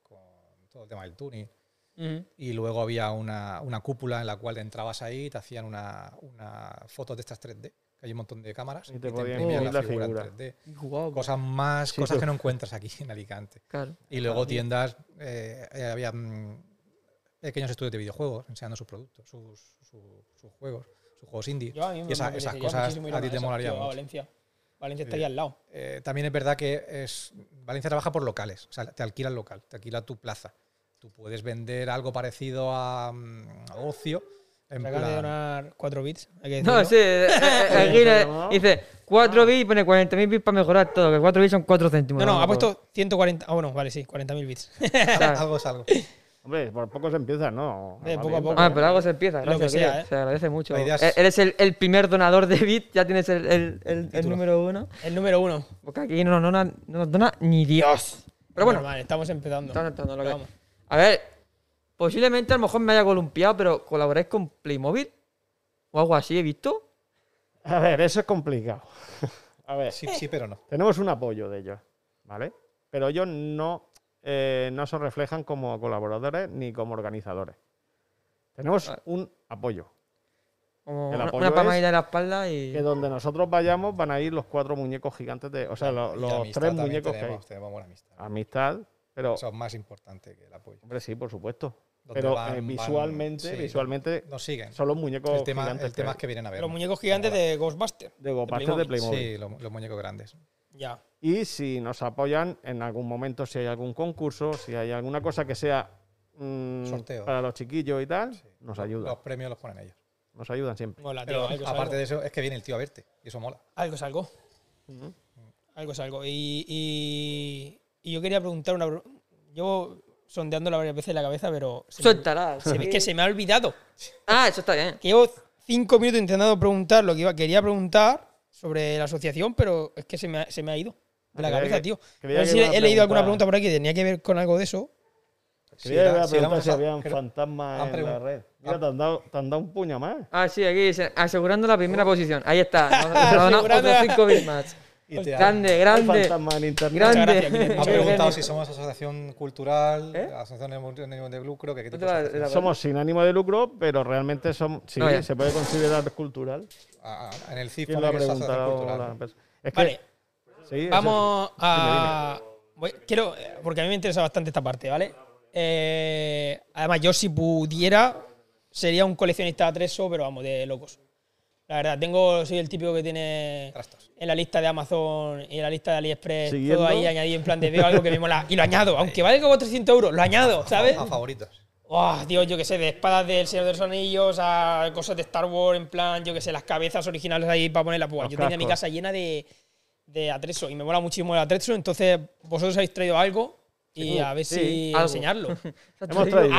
todo el tema del tuning. esos. Ujú. Y luego había una cúpula en la cual entrabas ahí y te hacían una foto de estas 3D. Que hay un montón de cámaras Y te y te podían imprimían imprimir la la figura en figura. 3D. Guau, Cosas Sí, que no encuentras aquí en Alicante. claro. Y luego tiendas, había pequeños estudios de videojuegos enseñando sus productos, sus juegos indie. Yo a mí me Y esas apetecería cosas muchísimo ir a ti una te de esas, molaría tío, a mucho. Valencia. Valencia estaría al lado. También es verdad que Valencia trabaja por locales, o sea, te alquila el local, te alquila tu plaza. Tú puedes vender algo parecido a ocio. En Se acaban de plan, donar 4 bits. Hay que No, decirlo. sí, aquí dice 4 bits y pone 40.000 bits para mejorar todo, que 4 bits son 4 céntimos. No, ha puesto 140. Ah, bueno, vale, sí, 40.000 bits. algo es algo. Hombre, por poco se empieza, ¿no? Poco a poco. Ah, pero algo se empieza, Lo que gracias, sea, Kire, se agradece mucho. La idea es- Eres el primer donador de bits, ya tienes el Título. número 1. El número 1. Porque aquí no nos dona ni Dios. Pero bueno, Normal, estamos empezando. estamos entrando en lo que- Vamos. a ver, posiblemente a lo mejor me haya columpiado, pero ¿colaboráis con Playmobil? O algo así, he visto. A ver, eso es complicado. A ver, Sí, sí, pero no. tenemos un apoyo de ellos, ¿vale? Pero ellos no se reflejan como colaboradores ni como organizadores. Tenemos Ah. un apoyo. Como El apoyo una palmadita es en la espalda y... que donde nosotros vayamos van a ir los 4 muñecos gigantes o sea, Y los amistad 3 también muñecos que hay. tenemos buena amistad. Amistad, pero Eso es más importante que el apoyo. hombre, sí, por supuesto. Donde Pero van- visualmente, sí, visualmente nos siguen. son los muñecos El tema gigantes es que vienen a ver. Los muñecos gigantes de Ghostbusters. de Ghostbusters de Playmobil. Sí, los muñecos grandes. Ya. Y si nos apoyan en algún momento, si hay algún concurso, si hay alguna cosa que sea Sorteo. para los chiquillos y tal, Sí. nos ayuda. Los premios los ponen ellos. Nos ayudan siempre. Mola, tío. Pero Algo es aparte algo. de eso, es que viene el tío a verte. Y eso mola. Algo es algo. Algo es algo. Y yo quería preguntar una. Llevo sondeándola varias veces en la cabeza, pero. Suéltala. Es que se me ha olvidado. Ah, eso está bien. Que llevo 5 minutos intentando preguntar lo que quería preguntar sobre la asociación, pero es que se me ha ido de la Creía cabeza, que- tío. creía No sé que si iba a he leído alguna preguntar. pregunta por aquí que tenía que ver con algo de eso. Quería era- preguntar éramos si a- habían creo- fantasmas han en la pregun- red. Mira, te han dado un puño más. Ah, sí, aquí dice, asegurando la primera posición. Ahí está. No, Asegurando otros la- 5 bits más. Y te Grande, Hay grande. fantasmas en internet. Grande. Muchas gracias, Miguel. han Muchas preguntado genio. si somos asociación cultural, ¿Eh? asociación de ánimo de lucro, que qué No tipo te de va- asociación. la- Somos sin ánimo de lucro, pero realmente son, sí, No, ya. se puede considerar cultural. En el CIF ¿Quién lo pone ha que es asociación preguntado? cultural. Es que, Vale, sí, eso vamos sí. a. Quiero. Porque a mí me interesa bastante esta parte, ¿vale? Además, yo si pudiera, sería un coleccionista de Atreso, pero vamos, de locos. La verdad, soy el típico que tiene Trastos. en la lista de Amazon y en la lista de AliExpress Siguiendo. todo ahí añadido en plan de veo algo que me mola y lo añado, aunque valga como 300 euros, lo añado, ¿sabes? A favoritos. Oh, Dios, yo que sé, de espadas del Señor de los Anillos a cosas de Star Wars, en plan, yo que sé, las cabezas originales ahí para ponerlas. Pues, Los yo tenía mi cascos. casa llena de Atreso y me mola muchísimo el Atreso, entonces vosotros habéis traído algo y a ver sí, si algo. enseñarlo. Hemos traído.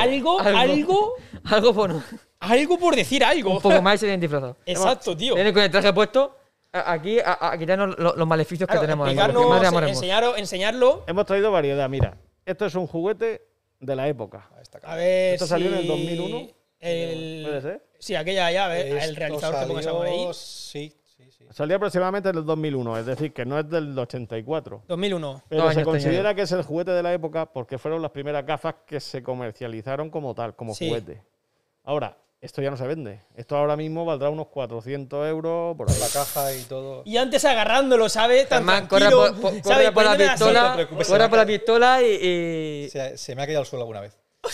Algo por Decir algo. un poco más y se vienen disfrazados. Exacto, tío. Vienen con el traje puesto aquí a quitarnos los maleficios que Claro, tenemos ahí. explicarnos, Porque madre amor hermoso. enseñarlo. Hemos traído variedad. Mira, esto es un juguete de la época. Ahí está. A ver ¿Esto si salió en el 2001? el- ¿Puede ser? Sí, aquella ya, a ver, el Esto realizador que pongas algo ahí. salió- Sí. Salió aproximadamente en el 2001, es decir, que no es del 84. 2001. Pero Dos se años considera tenía que es el juguete de la época porque fueron las primeras gafas que se comercializaron como tal, como Sí. juguete. Ahora, esto ya no se vende. Esto ahora mismo valdrá unos 400 euros por ahí. La caja y todo. Y antes agarrándolo, ¿sabes? Tan Además, corre tranquilo, por ¿sabes? la Poniéndome así. pistola, No te preocupes, corre se por va la a pistola y... Se me ha caído al suelo alguna vez.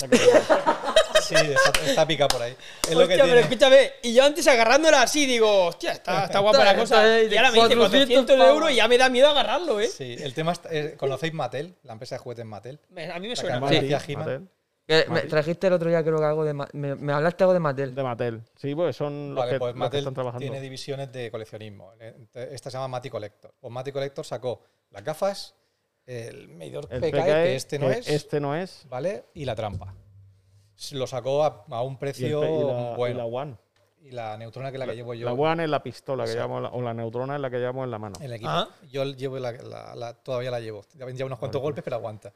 Sí, está pica por ahí. Es lo que Hostia, pero tiene. escúchame, y yo antes agarrándola así digo, hostia, está guapa la cosa. está Y ahora me dice 400 pavos. euros y ya me da miedo agarrarlo, ¿eh? Sí, el tema ¿conocéis Mattel? La empresa de juguetes Mattel. A mí me La suena. cámara Sí, decía He-Man. Mattel. Me trajiste el otro día creo que algo de... Me hablaste algo de Mattel. De Mattel. Sí, pues son los, Vale, que, pues los que Mattel están trabajando. tiene divisiones de coleccionismo. Esta se llama Matty Collector. Pues Matty Collector sacó las gafas, el medidor El PKE, PKE, que este no es, Este no es. ¿vale? Y la trampa. Lo sacó a un Y, precio y bueno. la One. Y la neutrona, que es la que llevo yo La One es la pistola que Sí. llevamos, o la neutrona es la que llevamos en la mano. en el equipo. Ah. Yo llevo todavía la llevo. Llevo unos cuantos golpes, pero aguanta.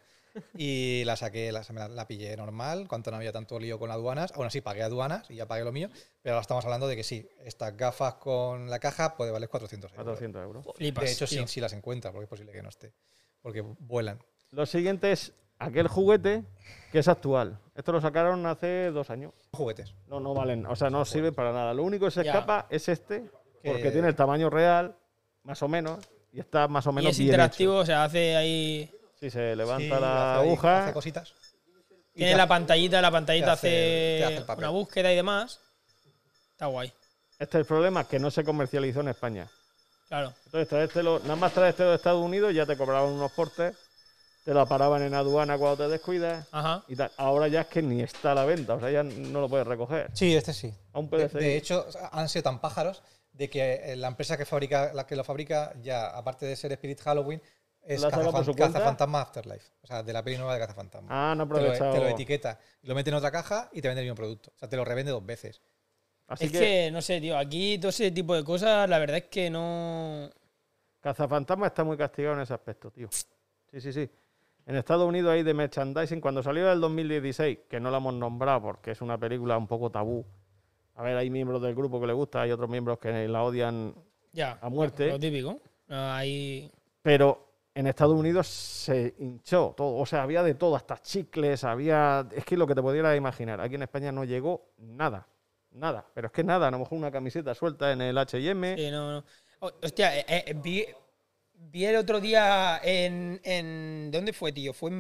Y la saqué, la pillé normal, cuando no había tanto lío con aduanas. Aún así pagué aduanas y ya pagué lo mío. Pero ahora estamos hablando de que sí, estas gafas con la caja puede valer 400 euros. 400 euros. Flipas, De hecho, tío. sí las encuentra, porque es posible que no esté. Porque vuelan. Lo siguiente es aquel juguete que es actual. Esto lo sacaron hace 2 años. Juguetes. No valen, o sea, no sirven para nada. Lo único que se Ya. escapa es este, porque Que- tiene el tamaño real, más o menos, y está más o Y menos es bien interactivo, hecho. o sea, hace ahí. Sí, se levanta Sí, la hace ahí- aguja. hace cositas. Y Tiene te la hace- pantallita te hace hace el papel. una búsqueda y demás. Está guay, Este es el problema, que no se comercializó en España. claro. Entonces, nada más traértelo de Estados Unidos, ya te cobraban unos portes, te lo paraban en aduana cuando te descuidas Ajá. y tal. Ahora ya es que ni está a la venta, o sea, ya no lo puedes recoger. Sí, este sí. A un De PDC. hecho, han sido tan pájaros de que la empresa que lo fabrica, ya aparte de ser Spirit Halloween, es ¿La saca por su cuenta? Cazafantasma Afterlife. O sea, de la peli nueva de Cazafantasma. Ah, no he te, lo, aprovechado. te lo etiqueta, lo mete en otra caja y te vende el mismo producto. O sea, te lo revende 2 veces. Así Es que, no sé, tío, aquí todo ese tipo de cosas, la verdad es que no. Cazafantasma está muy castigado en ese aspecto, tío. Sí. En Estados Unidos hay de merchandising. Cuando salió el 2016, que no la hemos nombrado porque es una película un poco tabú. A ver, hay miembros del grupo que le gusta, hay otros miembros que la odian, Ya. A muerte. Lo típico. Ahí. pero en Estados Unidos se hinchó todo. O sea, había de todo, hasta chicles, había... Es que lo que te pudieras imaginar. Aquí en España no llegó nada. nada, pero es que nada, a lo mejor una camiseta suelta en el H&M. Sí, no. Hostia, vi el otro día ¿dónde fue, tío? ¿Fue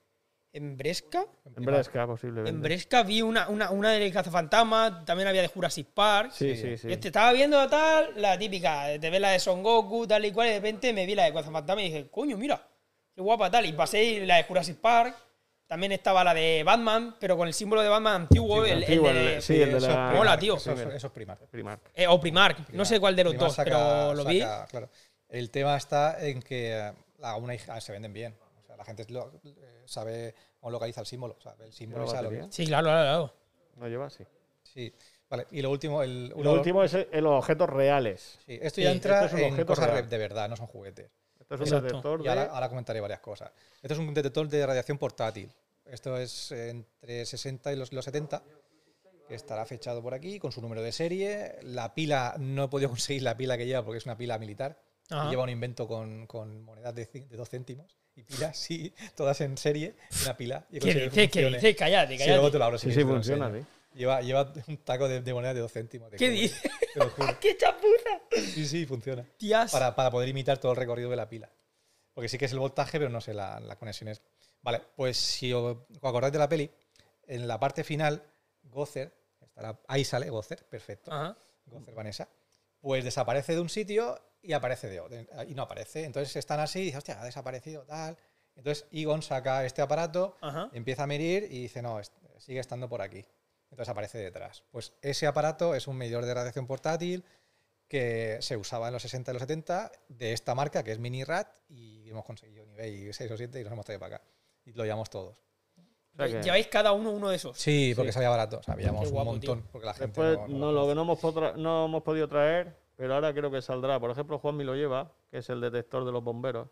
en Bresca? En Bresca, posiblemente. En Bresca vi una del Cazafantasma, también había de Jurassic Park. Sí. Te estaba viendo tal, la típica, te ves la de Son Goku, tal y cual, y de repente me vi la de Cazafantasma y dije, coño, mira, qué guapa tal. Y pasé la de Jurassic Park, también estaba la de Batman, pero con el símbolo de Batman antiguo, el de la... Mola, tío. Eso es Primark. O Primark, no sé cuál de los Primark dos, pero lo vi. Claro. El tema está en que se venden bien. O sea, la gente sabe cómo localiza el símbolo. O sea, el símbolo sabe lo que es. Sí, claro. No lleva así. Sí. Vale, y lo último... Lo último es los objetos reales. Sí, esto ya entra esto es un en objeto cosas real. de verdad, no son juguetes. Esto es un Exacto. detector Y de... ahora comentaré varias cosas. Esto es un detector de radiación portátil. Esto es entre 60 y los 70, que estará fechado por aquí, con su número de serie. La pila, no he podido conseguir la pila que lleva porque es una pila militar. Ajá. Lleva un invento con monedas de 2 céntimos. Y pilas, sí, todas en serie, una pila. Y ¿Qué dices? Cállate. Sí, luego te lo abro. Sí, quieres, te lo funciona, enseño. sí. Lleva un taco de monedas de 2 céntimos. ¿Qué dices? Te lo juro. ¡Qué chapuza! Sí, funciona. Tías. Para poder imitar todo el recorrido de la pila. Porque sí que es el voltaje, pero no sé la conexión es. Vale, pues si os acordáis de la peli, en la parte final, Gozer, ahí sale Gozer, perfecto. Ajá. Gozer Vanessa, pues desaparece de un sitio y aparece de otro. Y no aparece. Entonces están así y dicen, hostia, ha desaparecido, tal. Entonces Egon saca este aparato, Ajá. empieza a medir y dice, no, sigue estando por aquí. Entonces aparece detrás. Pues ese aparato es un medidor de radiación portátil que se usaba en los 60 y los 70 de esta marca, que es Mini-Rad, y hemos conseguido en eBay 6 o 7 y los hemos traído para acá. Y lo llevamos todos. O sea que- ¿Lleváis cada uno de esos? Sí, porque salía barato. O sea, habíamos Qué guapo, un montón. tío. Porque la gente Después, no lo que no hemos podido traer, pero ahora creo que saldrá. Por ejemplo, Juanmi lo lleva, que es el detector de los bomberos.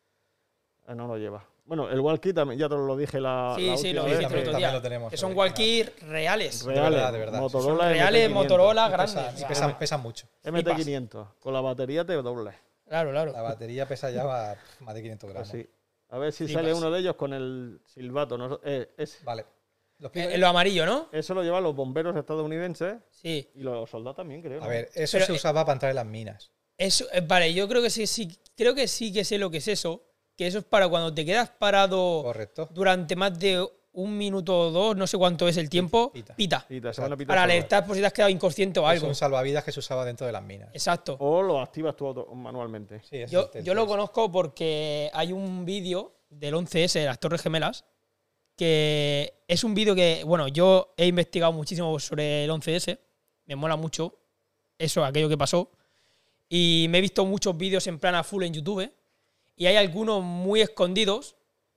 No lo lleva. Bueno, el walkie también, ya te lo dije la Sí, última lo vez. dijiste el otro también día. lo tenemos, Que son sí, walkies reales. Reales, de verdad. Motorola Son reales, MT500. Motorola Y grandes. pesan mucho. MT500, con la batería te doble. Claro. La batería pesa ya más de 500 gramos. Así. A ver si Flipas. sale uno de ellos con el silbato. Vale. En lo amarillo, ¿no? Eso lo llevan los bomberos estadounidenses Sí. y los soldados también, creo. A ¿no? ver, eso Pero, se usaba para entrar en las minas. Eso, vale, yo creo que creo que sí que sé lo que es eso. Que eso es para cuando te quedas parado Correcto. durante más de 1 minuto o 2, no sé cuánto es el tiempo, pita. Y se van a pitar Para solos. alertar por si te has quedado inconsciente o Es algo. un salvavidas que se usaba dentro de las minas. Exacto. O lo activas tú manualmente. Sí, ese Yo, es el yo lo test. conozco porque hay un vídeo del 11S, de las Torres Gemelas, que es un vídeo que, bueno, yo he investigado muchísimo sobre el 11S, me mola mucho eso, aquello que pasó, y me he visto muchos vídeos en plan a full en YouTube, y hay algunos muy escondidos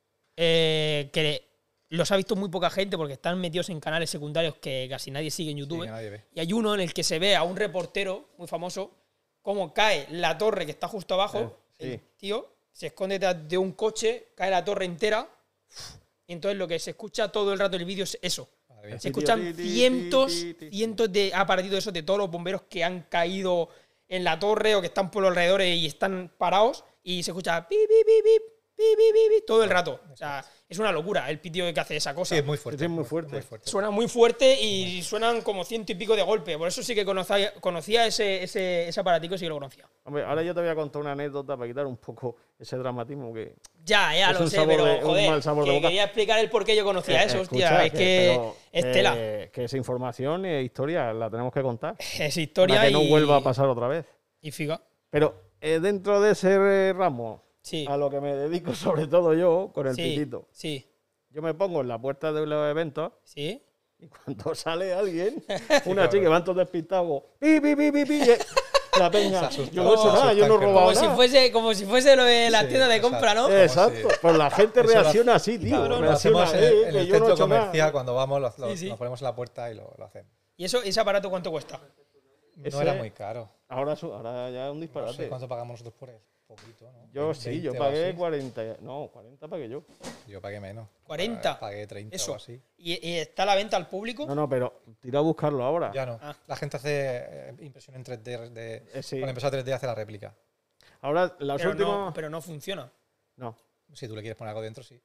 que los ha visto muy poca gente porque están metidos en canales secundarios que casi nadie sigue en Sí, YouTube. que nadie ve. Y hay uno en el que se ve a un reportero muy famoso cómo cae la torre que está justo abajo. Sí. El tío se esconde detrás de un coche, cae la torre entera. Y entonces lo que se escucha todo el rato del vídeo es eso. Madre mía. Se Sí, tío, escuchan ti, cientos de aparatitos de esos de todos los bomberos que han caído en la torre o que están por los alrededores y están parados. Y se escucha pi, pi, pi, pi, pi, pi, pi, pi, todo el rato. O sea, es una locura el pitido que hace esa cosa. Sí, es muy fuerte. Es muy fuerte. Suena muy fuerte y suenan como 100 y pico de golpe. Por eso sí que conocía ese aparatico, sí que lo conocía. Hombre, ahora yo te voy a contar una anécdota para quitar un poco ese dramatismo que... Ya, Es lo un sé, sabor pero de- un joder, mal sabor de que boca. quería explicar el por qué yo conocía eso, hostia. escucha, Es que pero, es tela. que esa información y historia la tenemos que contar. Es historia Para que no y... vuelva a pasar otra vez. Y figa. Pero dentro de ese ramo, Sí. a lo que me dedico sobre todo yo, con el Sí, pitito, sí, yo me pongo en la puerta de los eventos sí. y cuando sale alguien, una chica que van todos despistados, pi, pi, pi, pi, pi, la peña, Se asusta. yo no he hecho Se nada, yo no he asustan, que no. robado Como si fuese lo de la Sí, tienda de exacto. compra, ¿no? Exacto, pues la gente Eso lo reacciona así, tío. Lo Reacciona, hacemos en que el yo no he centro hecho nada. comercial, cuando vamos, Sí, sí. nos ponemos en la puerta y lo hacemos. ¿Y ese aparato cuánto cuesta? No Ese- era muy caro. Ahora ya es un No disparate. sé cuánto pagamos nosotros por él. Poquito, ¿no? Yo sí, 20 yo o pagué así. 40. No, 40 pagué yo. Yo pagué menos. 40. Pagué 30 Eso. o así. ¿Y está a la venta al público? No, pero tira a buscarlo ahora. Ya no. Ah. La gente hace impresión en 3D. Sí. Con la impresora 3D hace la réplica. Ahora, las pero, últimas. pero no funciona. No. Si tú le quieres poner algo dentro, sí.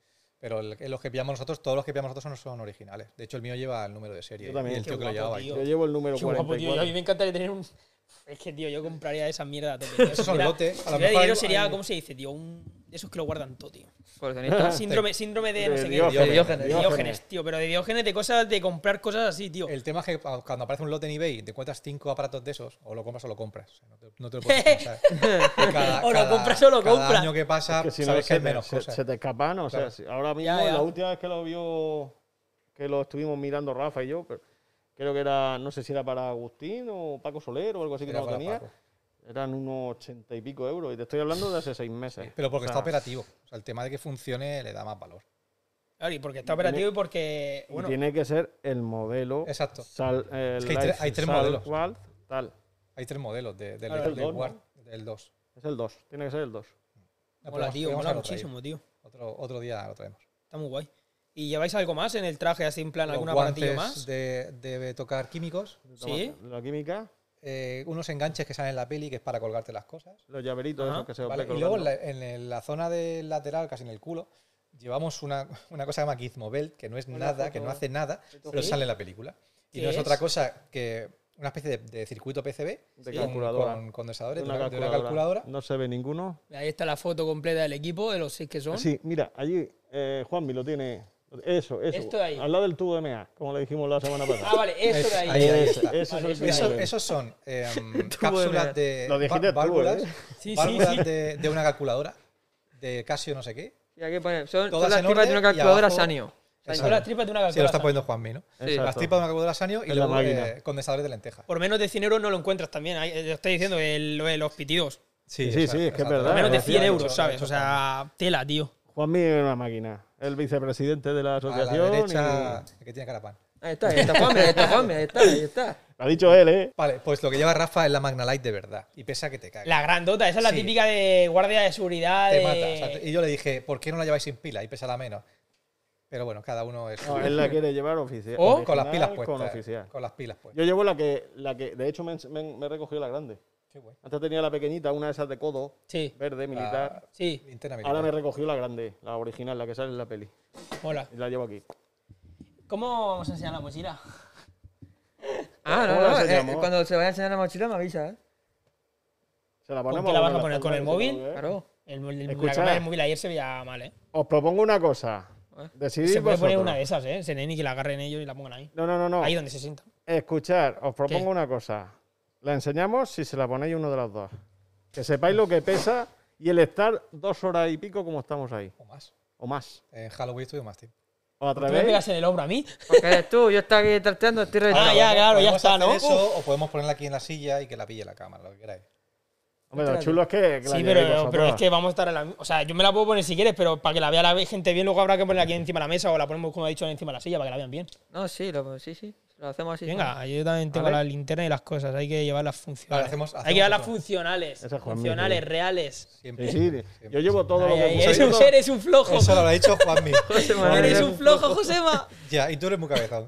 Pero los que pillamos nosotros, todos los que pillamos nosotros son originales. De hecho, el mío lleva el número de serie. Yo también. Y el tío Qué que lo guapo, llevaba ahí. tío. Yo llevo el número Qué guapo, tío. 44. A mí me encantaría tener un... Es que, tío, yo compraría esa mierda a tope. tío. Esos son Mira, lotes. A lo si mejor dinero hay- sería, hay- ¿cómo se dice, tío? De esos que lo guardan todo, tío. Coleccionista. Síndrome de no De sé qué. Diógenes. De Diógenes. De Diógenes, tío. Pero de Diógenes, de cosas, de comprar cosas así, tío. El tema es que cuando aparece un lote en eBay y te encuentras 5 aparatos de esos, o lo compras o lo compras. O sea, no te lo puedes pensar. O lo compras o lo cada compras. año que pasa, Que si no sabes que se hay te, menos se, cosas. se te escapan, o sea, Claro. ahora mismo, Ya, ya. la última vez que lo vio, que lo estuvimos mirando Rafa y yo, pero creo que era, no sé si era para Agustín o Paco Soler o algo así que Era no lo para tenía. Paco. Eran unos 80 y pico euros y te estoy hablando de hace 6 meses. Pero porque O sea, está operativo. O sea, el tema de que funcione le da más valor. Claro, y porque está operativo y porque... Y Bueno, tiene que ser el modelo. Exacto. Es que hay tres modelos. Tal. Hay 3 modelos del Claro, el dos, Ward, del 2. Es el 2. Tiene que ser el 2. mola, tío. Mola muchísimo, tío. Otro día lo traemos. Está muy guay. ¿Y lleváis algo más en el traje, así en plan, algún Los aparatillo guantes más? de tocar químicos. ¿Sí? La química, Unos enganches que salen en la peli que es para colgarte las cosas. los llaveritos Ajá. esos que se os ¿Vale? ve Y luego colgando. en la zona del lateral, casi en el culo, llevamos una cosa que se llama Gizmo Belt, que no es nada, que no hace nada, pero ¿Sí? sale en la película. Y ¿Qué no es es? otra cosa que una especie de circuito PCB De con- calculadora. con condensadores De de una calculadora. No se ve ninguno. Ahí está la foto completa del equipo, de los 6 que son. Sí, mira, allí Juanmi lo tiene. Eso. Esto de ahí. Al lado del tubo de MA, como le dijimos la semana pasada. Ah, vale, eso de ahí. Ahí Ese, está. ese Vale, es el Eso- nivel. esos son de cápsulas ver. de Lo dijiste tú, válvulas, ¿eh? Sí, válvulas sí. de una calculadora, de Casio no sé qué. Y aquí pone, son Todas las en tripas de orden una y calculadora abajo- Sanio. Son las tripas de una Sí, lo calculadora. está poniendo Juanmi, ¿no? Exacto. Las tripas de una calculadora Sanio y En la luego máquina. condensadores de lenteja. Por menos de 100 euros no lo encuentras también. Lo estoy diciendo, los pitidos. Sí, es que es verdad. Por menos de 100 Lo euros, ¿sabes? O sea, tela, tío. Juanmi es una máquina. El vicepresidente de la a la asociación. derecha, el que tiene carapán. Ahí está Juanmi, ahí está Juanmi, ahí está. y- Lo ha dicho él, ¿eh? Vale, pues lo que lleva Rafa es la Magnalite de verdad. Y pesa que te cae. La grandota, esa es la Sí. típica de guardia de seguridad. Te de... mata. O sea, y yo le dije, ¿por qué no la lleváis sin pila? Y pesará menos. Pero bueno, cada uno es. No, él la quiere llevar oficial. O con las pilas original, puestas. Con oficial. Con las pilas puestas. Yo llevo la que de hecho, me he recogido la grande. Qué guay. Antes tenía la pequeñita, una de esas de codo, Sí, verde, militar. sí, Linterna Ahora me he militar. recogido la grande, la original, la que sale en la peli. mola. Y la llevo aquí. ¿Cómo vamos a enseñar la mochila? Ah, ¿Cómo no, la no, enseñamos? cuando se vaya a enseñar la mochila me avisa, Se la ¿Con ponemos qué la vas a en poner? ¿Con el espalda, móvil? que se lo ve. Claro. La Escucha. cámara del móvil ayer se veía mal, ¿eh? Os propongo una cosa. Decidid Se puede poner vosotros. una de esas, ¿eh? Se y que la agarren ellos y la pongan ahí. No. Ahí donde se sientan. Escuchar, os propongo ¿Qué? una cosa. La enseñamos si se la ponéis uno de los dos. Que sepáis lo que pesa y el estar 2 horas y pico como estamos ahí. O más. O más. En Halloween estuve más tiempo. ¿Os ¿Tú me atrevéis? pegas en el hombro a mí? Porque eres tú, yo estoy aquí trasteando, estoy Ah, revisando. ya, claro, ya Podemos está, hacer ¿no? Eso, o podemos ponerla aquí en la silla y que la pille la cámara, lo que queráis. Hombre, lo chulo es que la Sí, llevéis pero vosotros. es que vamos a estar en la... O sea, yo me la puedo poner si quieres, pero para que la vea la gente bien, luego habrá que ponerla aquí encima de la mesa o la ponemos, como he dicho, encima de la silla para que la vean bien. No, sí, sí, lo hacemos así. Venga, yo también tengo Vale. la linterna y las cosas, hay que llevarlas funcionales. Vale, hay que llevarlas eso. funcionales, Ese es Juanmi, funcionales, tío. reales. Siempre. Sí, yo llevo todo lo Ay, que ay, puse. eres un flojo. Eso lo habrá dicho Juanmi. José Manuel, Eres eres un flojo, Josema. Ya, y tú eres muy cabezón.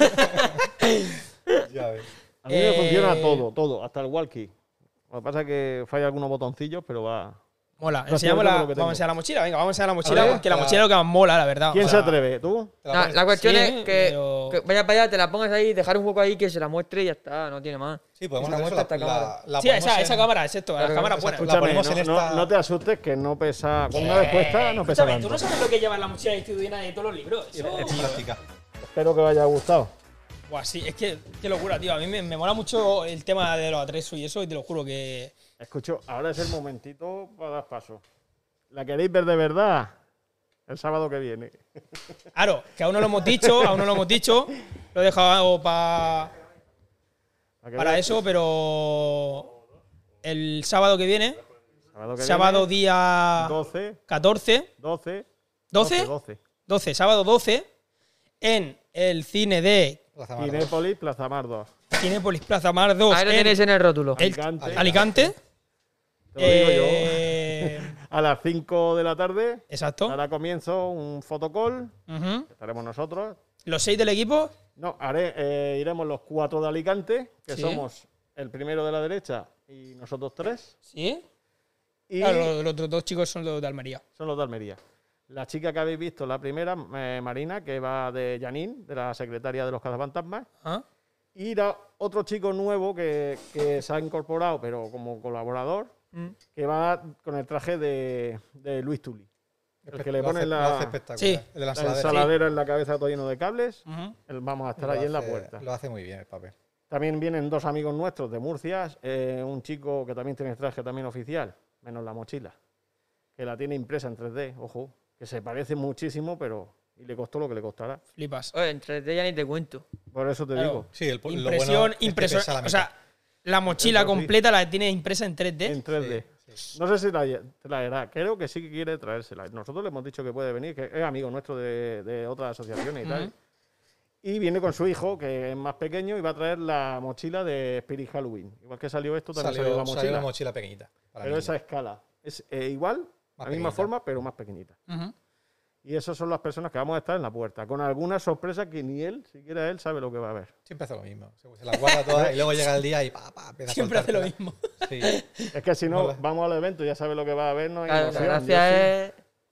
Ya ves. A mí me funciona Eh, todo, hasta el walkie. Lo que pasa es que falla algunos botoncillos, pero va. Mola, No, enseñamos cierto, la, lo que tengo. vamos a enseñar la mochila, venga, vamos a enseñar la mochila, ver, porque la la- mochila es lo que más mola, la verdad. ¿Quién o se sea, atreve? ¿Tú? Te la No, pones- la cuestión Sí, es que, pero- que vaya para allá, te la pongas ahí, dejar un hueco ahí que se la muestre y ya está, no tiene más. Sí, podemos Y se la hacer eso. muestra esta cámara. La Sí, ponemos esa en- cámara es esto, Claro, la cámara exacto. buena. La ponemos Escúchame, en no, esta- no te asustes que no pesa. Una vez puesta, no pesa Escúchame, ¿tú no tanto. sabes lo que lleva en la mochila institucional de todos los libros? Eso... Es práctica. Espero que os haya gustado. Buah, sí, es que qué locura, tío. A mí me mola mucho el tema de los atresos y eso, y te lo juro que... Escucho, ahora es el momentito para dar paso. ¿La queréis ver de verdad? El sábado que viene. Claro, que aún no lo hemos dicho, lo he dejado ¿La queréis? para eso, pero el sábado que viene, Sábado, que sábado viene, día 12, 14, 12, 12, 12, sábado 12, en el cine de Plaza Mar. Cinépolis, Plaza Mar 2. Cinépolis Plaza Mar 2 Ahí lo en tenéis en el rótulo. Alicante. Te lo digo yo. A las 5 de la tarde Exacto. hará comienzo un fotocall. Ujú. Estaremos nosotros. Los 6 del equipo. No, iremos los 4 de Alicante, que Sí. somos el primero de la derecha y nosotros 3. Sí. Y Claro, los otros 2 chicos son los de Almería. son los de Almería. La chica que habéis visto, la primera, Marina, que va de Janine, de la secretaria de los cazafantasmas. ¿Ah? Y otro chico nuevo que se ha incorporado, pero como colaborador, que va con el traje de Luis Tully. El que le pone lo hace espectacular. Sí. El de la la ensaladera. ensaladera en la cabeza todo lleno de cables. Ujú. Vamos a estar Lo allí en la hace- puerta. Lo hace muy bien el papel. También vienen dos amigos nuestros de Murcia, un chico que también tiene traje también oficial, menos la mochila, que la tiene impresa en 3D, ojo, que se parece muchísimo, pero y le costó lo que le costará. Flipas. Oye, entre ya ni te cuento. Por eso te Claro. digo, Sí, lo bueno Impresión, es que impresora. pesa la O mitad. sea, la mochila Eso sí. completa la tiene impresa en 3D. en 3D. Sí. No sé si la traerá, creo que sí que quiere traérsela. Nosotros le hemos dicho que puede venir, que es amigo nuestro de otras asociaciones y tal. Ujú. Y viene con su hijo, que es más pequeño, y va a traer la mochila de Spirit Halloween. Igual que salió esto, también salió la mochila. Salió la mochila pequeñita. para Pero niños. esa escala. Es igual, Más la misma pequeñita. forma, pero más pequeñita. Ujú. Y esas son las personas que vamos a estar en la puerta, con alguna sorpresa que ni él, siquiera él, sabe lo que va a ver. Siempre hace lo mismo. Se la guarda todas y luego llega el día y empieza a Siempre hace lo soltártela. mismo. Sí. Es que si no, Mola. vamos al evento, ya sabe lo que va a haber, no hay Claro, la emoción. gracia Yo sí. es.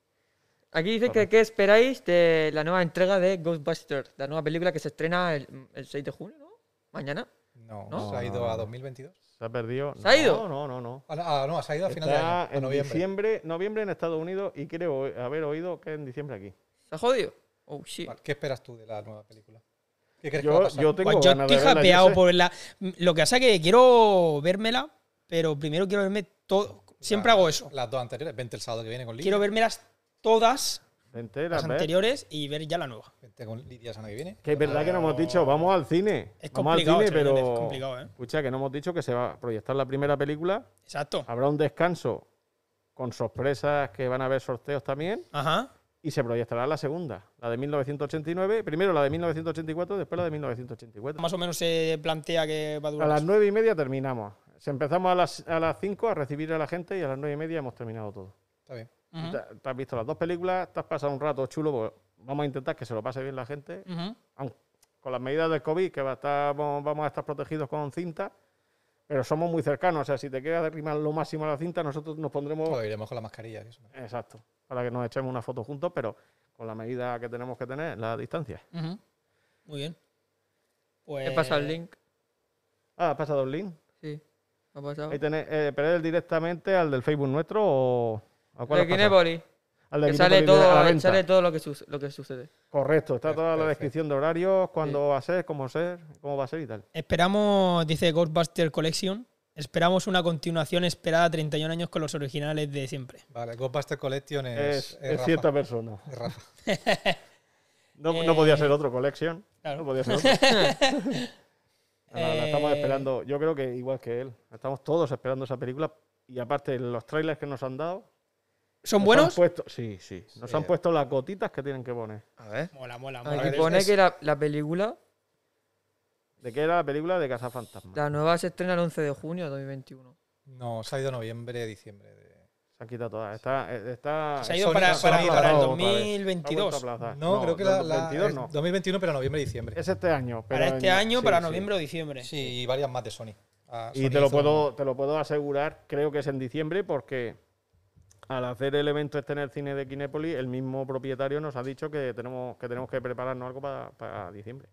Aquí dice que qué esperáis de la nueva entrega de Ghostbusters, la nueva película que se estrena el 6 de junio, ¿no? Mañana. No, ¿No? se ha ido a 2022. Se ha perdido. ¿Se ha ido? No. No, se ha ido a final de Está año, a en noviembre. noviembre en Estados Unidos y creo haber oído que en diciembre aquí. ¿Se ha jodido? Oh, shit. Vale, ¿qué esperas tú de la nueva película? ¿Qué crees que va a pasar? Yo tengo Pues yo ganas de estoy verla, japeado yo sé. por la. Lo que pasa es que quiero vérmela, pero primero quiero verme todo. Siempre hago eso. Las dos anteriores. Vente el sábado que viene con Lidia. Quiero vérmelas todas, ¿Te enteras, las ves? anteriores, y ver ya la nueva. Vente con Lidia la semana que viene. Que es verdad que no hemos dicho, vamos al cine. Es Vamos al complicado, cine, chavales, pero. es complicado, ¿eh? Escucha, que no hemos dicho que se va a proyectar la primera película. Exacto. Habrá un descanso con sorpresas que van a haber sorteos también. Ajá. Y se proyectará la segunda, la de 1989. Primero la de 1984, después la de 1984. Más o menos se plantea que va a A durar. las 9:30 terminamos. Empezamos a las 5 a recibir a la gente y a las 9:30 hemos terminado todo. Está bien. Ujú, Te has visto las dos películas, te has pasado un rato chulo, pues vamos a intentar que se lo pase bien la gente. ujú. Con las medidas del COVID, que vamos a estar protegidos con cinta, pero somos muy cercanos. O sea, si te quieres arrimar lo máximo a la cinta, nosotros nos pondremos... Lo iremos con la mascarilla. Eso. Exacto, para que nos echemos una foto juntos, pero con la medida que tenemos que tener, la distancia. Ujú. Muy bien. Pues. ¿He pasado el link? Ah, ¿ha pasado el link? Sí. ¿Me ha pasado? Ahí tenés, pero es directamente al del Facebook nuestro o... ¿A cuál De has pasado? Kinépolis. Al de Que Kinépolis a la venta. sale todo lo que sucede. Correcto, está toda la Perfecto. descripción de horarios, cuándo va a ser, cómo va a ser y tal. Esperamos, dice Ghostbuster Collection. Esperamos una continuación esperada 31 años con los originales de siempre. Vale, Ghostbuster Collection Es Rafa. cierta persona. Es Rafa. No podía ser otro Collection. Claro. No podía ser otro. La estamos esperando, yo creo que igual que él. Estamos todos esperando esa película. Y aparte, los trailers que nos han dado. ¿Son nos buenos? han puesto, sí. Nos Sí. han puesto las gotitas que tienen que poner. A ver. Mola, mola, Aquí mola. pone que la película, ¿De qué era la película? De Cazafantasmas. la nueva se estrena el 11 de junio de 2021. No, se ha ido noviembre, diciembre. Se han quitado todas. Está Se ha ido Sony- para Sony el aplazado otra vez. 2022. Se ha vuelto a aplazar. No, creo que la 22 no. 2021, pero noviembre, diciembre. Es este año. Para pero este año, sí, para sí. noviembre o diciembre. Sí, y varias más de Sony. Y Sony te lo hizo- puedo asegurar, creo que es en diciembre, porque al hacer el evento este en el cine de Kinépolis, el mismo propietario nos ha dicho que tenemos que prepararnos algo para diciembre.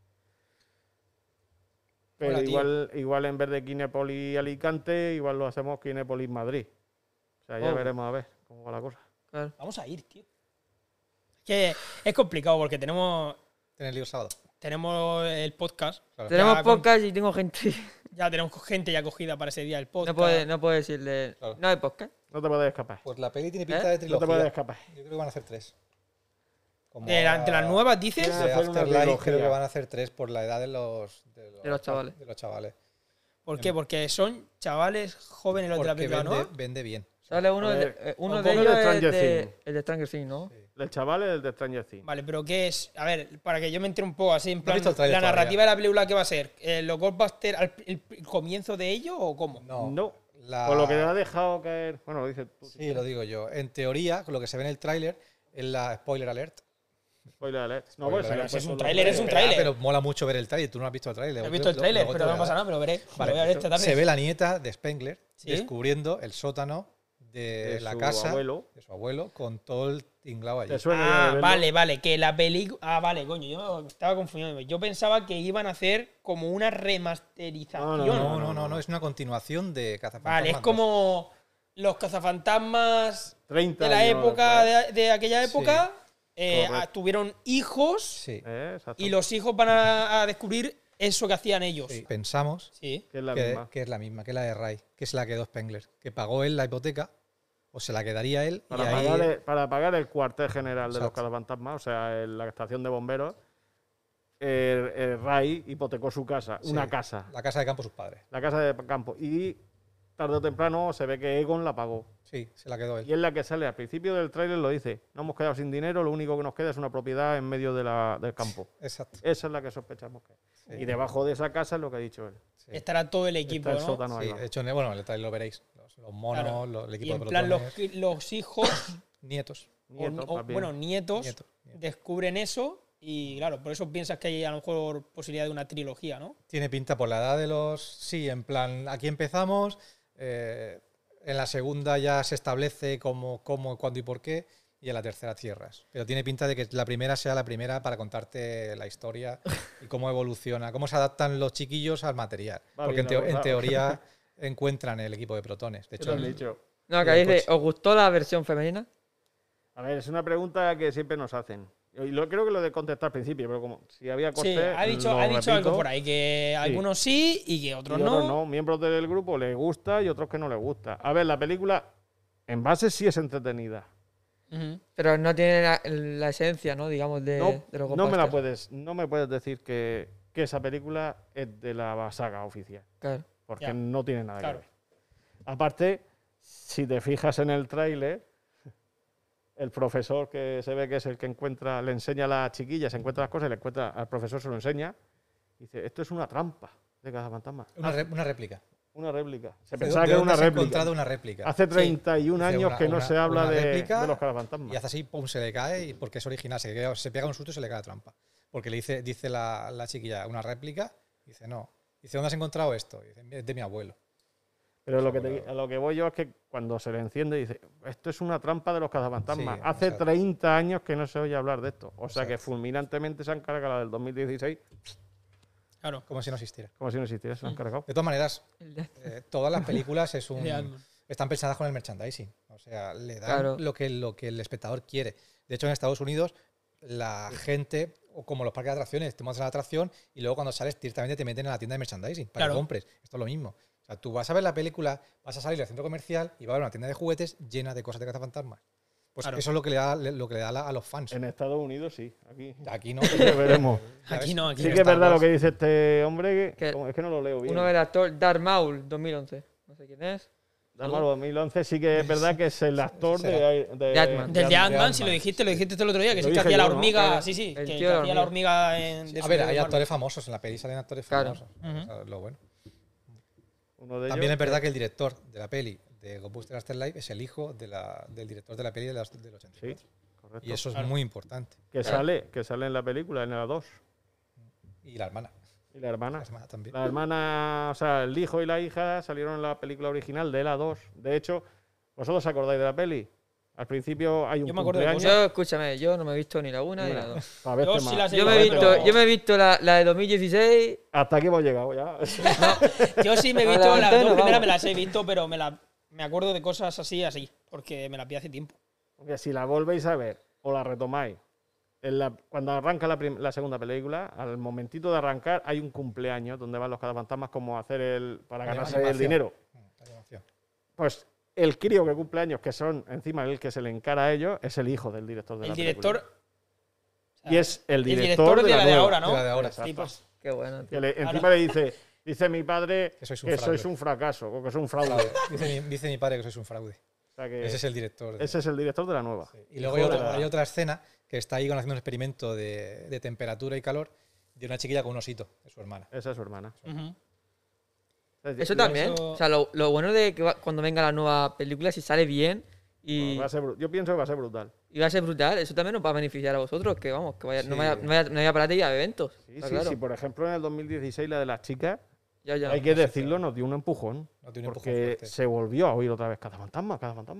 Pero Hola, tío. igual en vez de Kinépolis Alicante, igual lo hacemos Kinépolis Madrid. O sea, ya Oh. veremos a ver cómo va la cosa. Claro. Vamos a ir, tío. Es que es complicado porque tenemos Tiene lío el sábado. el podcast. Claro. Tenemos Ya con- podcast y tengo gente. Ya tenemos gente ya acogida para ese día del podcast. No puede decirle. Claro. No hay podcast. No te puedes escapar. Pues la peli tiene pinta ¿Eh? de No te trilogía. puedes escapar. Yo creo que van a hacer 3. Como De las nuevas, dices. Sí. de hacer una Afterlife trilogía. creo que van a hacer 3 por la edad de los chavales. De los chavales. ¿Por qué? Porque son chavales jóvenes los de la Porque película, vende, ¿no? vende bien. Sale uno, A ver, uno o de como ellos de es Stranger Things. el de Stranger Things, ¿no? El chaval es el de Stranger Things. Vale, pero ¿qué es? A ver, para que yo me entre un poco así, en ¿No has plan, visto el tráiler la todavía? narrativa de la película, ¿qué va a ser? ¿Los Ghostbusters el comienzo de ello o cómo? No. Por lo que le ha dejado caer. Bueno, lo dices tú. Sí, lo digo yo. En teoría, con lo que se ve en el tráiler, es la spoiler alert. Spoiler alert. No, Spoiler pues, alert. se le han Si es un puesto tráiler, los es un trailers. tráiler. Pero mola mucho ver el tráiler. Tú no has visto el tráiler. No he visto el tráiler, pero no pasa nada, me lo veré. Vale, Lo voy a ver esta tarde. se ve la nieta de Spengler ¿Sí? descubriendo el sótano de la su casa abuelo. de su abuelo con todo el tinglado allí. ¿Te suena ya de verlo? Vale, que la película... vale, coño, yo estaba confundiendo. Yo pensaba que iban a hacer como una remasterización. No, es una continuación de Cazafantasmas. Vale, es 2. como los cazafantasmas 30 de la años época, después. de aquella época, Correcto. tuvieron hijos Sí, Exacto. y los hijos van a descubrir eso que hacían ellos. sí. Pensamos Sí. Que es la que, misma. que es la misma, que es la de Ray, que es la que quedó Spengler, que pagó él la hipoteca, o se la quedaría él, y ahí Para pagar el cuartel general de los Exacto. cazafantasmas, o sea, la estación de bomberos, Ray hipotecó su casa, sí, una casa, la casa de campo de sus padres. la casa de campo. Y tarde o temprano se ve que Egon la pagó. Sí, se la quedó él. Y es la que sale al principio del tráiler, lo dice. No hemos quedado sin dinero, lo único que nos queda es una propiedad en medio del campo. Exacto. Esa es la que sospechamos que es. Sí. Y debajo de esa casa es lo que ha dicho él. Sí. Estará todo el equipo, Está el ¿no? sótano ahí Sí, abajo. de hecho, bueno, en el trailer lo veréis. Los monos, Claro. el Y equipo en de plan protones, los hijos, nietos. Nieto, o, también. bueno, nietos, Nietos. descubren eso y claro, por eso piensas que hay a lo mejor posibilidad de una trilogía, ¿no? Tiene pinta por la edad de los... Sí, en plan, aquí empezamos, en la segunda ya se establece cómo, cuándo y por qué, y en la tercera cierras. Pero tiene pinta de que la primera sea la primera para contarte la historia y cómo evoluciona, cómo se adaptan los chiquillos al material. Va Porque bien en abordado. teoría encuentran el equipo de protones. De ¿Qué hecho, te han dicho? No, que el dice, coche. ¿os gustó la versión femenina? A ver, es una pregunta que siempre nos hacen. Y creo que lo de contestar al principio, pero como si había coste, Sí, ha dicho lo algo repito, por ahí, que algunos sí y que otros y otros no. no. Miembros del grupo les gusta y otros que no les gusta. A ver, la película en base sí es entretenida. Ujú. Pero no tiene la esencia, ¿no? Digamos, de los Ghostbusters. No me puedes decir que esa película es de la saga oficial, Claro. porque Ya. no tiene nada Claro. que ver. Aparte, si te fijas en el tráiler, el profesor que se ve que es el que encuentra, le enseña a la chiquilla, se encuentra las cosas, le encuentra, al profesor se lo enseña, y dice, esto es una trampa de cazafantasmas. una réplica. Una réplica. Se ¿De pensaba que era dónde una has réplica. encontrado una réplica? Hace 31 Dice años que no se habla una de réplica los cazafantasmas. Y hace así, pum, se le cae, y porque es original, se pega un susto y se le cae la trampa. Porque dice la chiquilla, una réplica, dice, no. Dice, ¿dónde has encontrado esto? Dice, es de mi abuelo. Pero a lo que voy yo es que cuando se le enciende dice, esto es una trampa de los cazafantasmas. Sí, Hace exacto. 30 años que no se oye hablar de esto. O sea que Exacto. fulminantemente se han cargado la del 2016 Claro. Como si no existiera. como si no existiera, se la han cargado. De todas maneras, El de- todas las películas De Ant-Man. están pensadas con el merchandising. O sea, le dan Claro. lo que el espectador quiere. De hecho, en Estados Unidos, la gente, o como los parques de atracciones, te montas en la atracción y luego cuando sales directamente te meten en la tienda de merchandising para Claro. que compres. Esto es lo mismo. O sea, tú vas a ver la película, vas a salir del centro comercial y va a haber una tienda de juguetes llena de cosas de cazafantasmas. Pues Claro. eso es lo que le da a los fans. En Estados Unidos sí, aquí Aquí no. ya veremos. Ya Aquí ves. no, aquí Sí no. que es Star verdad lo Wars. que dice este hombre, Que- es que no lo leo bien. Uno del actor Darth Maul, 2011. No sé quién es. Dalmar 2011 sí que es verdad que es el actor de De Ant-Man. Del de Ant-Man, Ant-Man. si lo dijiste el otro día, que Lo sí que dije hacía la yo, ¿no? hormiga, Claro. sí, sí, El que tío de la hacía la hormiga. hormiga en... de A ver, hay Marvel. actores famosos, en la peli salen actores Claro. famosos. Ujú. O sea, lo bueno. Uno de También ellos es verdad que el director de la peli de Ghostbusters Afterlife es el hijo del director de la peli del 84. Sí, correcto. Y eso es Claro. muy importante. que sale en la película, en la 2. Y la hermana. Y la hermana. La hermana también. La hermana, o sea, el hijo y la hija salieron en la película original de la 2. De hecho, ¿vosotros os acordáis de la peli? Al principio hay un Yo me acuerdo de cumpleaños. Yo, escúchame, yo no me he visto ni la una ni la Mira, dos. pa' verte Yo sí más. las he Yo me he visto, visto, pero- yo me he visto la de 2016. Hasta aquí hemos llegado ya. Yo sí me he Ahora visto, las antes dos nos primeras vamos. me las he visto, pero me acuerdo de cosas así, porque me las vi hace tiempo. Porque si la volvéis a ver o la retomáis, cuando arranca la segunda película, al momentito de arrancar hay un cumpleaños donde van los cazafantasmas como a hacer para ganarse el Animación. dinero. La animación. Pues el crío que cumple años, que son encima el que se le encara a ellos, es el hijo del director de El la director... película. Y es el director, de la de nueva. ahora, ¿no? De la de ahora. Exacto. Flipas. Qué bueno, tío. Que encima le dice mi padre Que sois un que fraude. sois un fracaso o que sois un fraude. Fraude. Dice mi padre que sois un fraude. O sea que Ese es el director. ese es el director de la nueva. Sí. Y luego Hijo hay de la- hay otra escena que está ahí haciendo un experimento de temperatura y calor de una chiquilla con un osito, de su hermana. Esa es su hermana. Ujú. Eso también. eso- O sea, lo bueno de que cuando venga la nueva película, si sale bien y, Yo pienso que va a ser brutal. y va a ser brutal, eso también nos va a beneficiar a vosotros, que vamos, que Sí. no vaya a parar de ir a eventos. Sí, está sí, claro. sí. Por ejemplo, en el 2016 la de las chicas Ya. Hay que decirlo, nos dio un empujón. Nos dio un empujón Porque fuerte. se volvió a oír otra vez cada fantasma.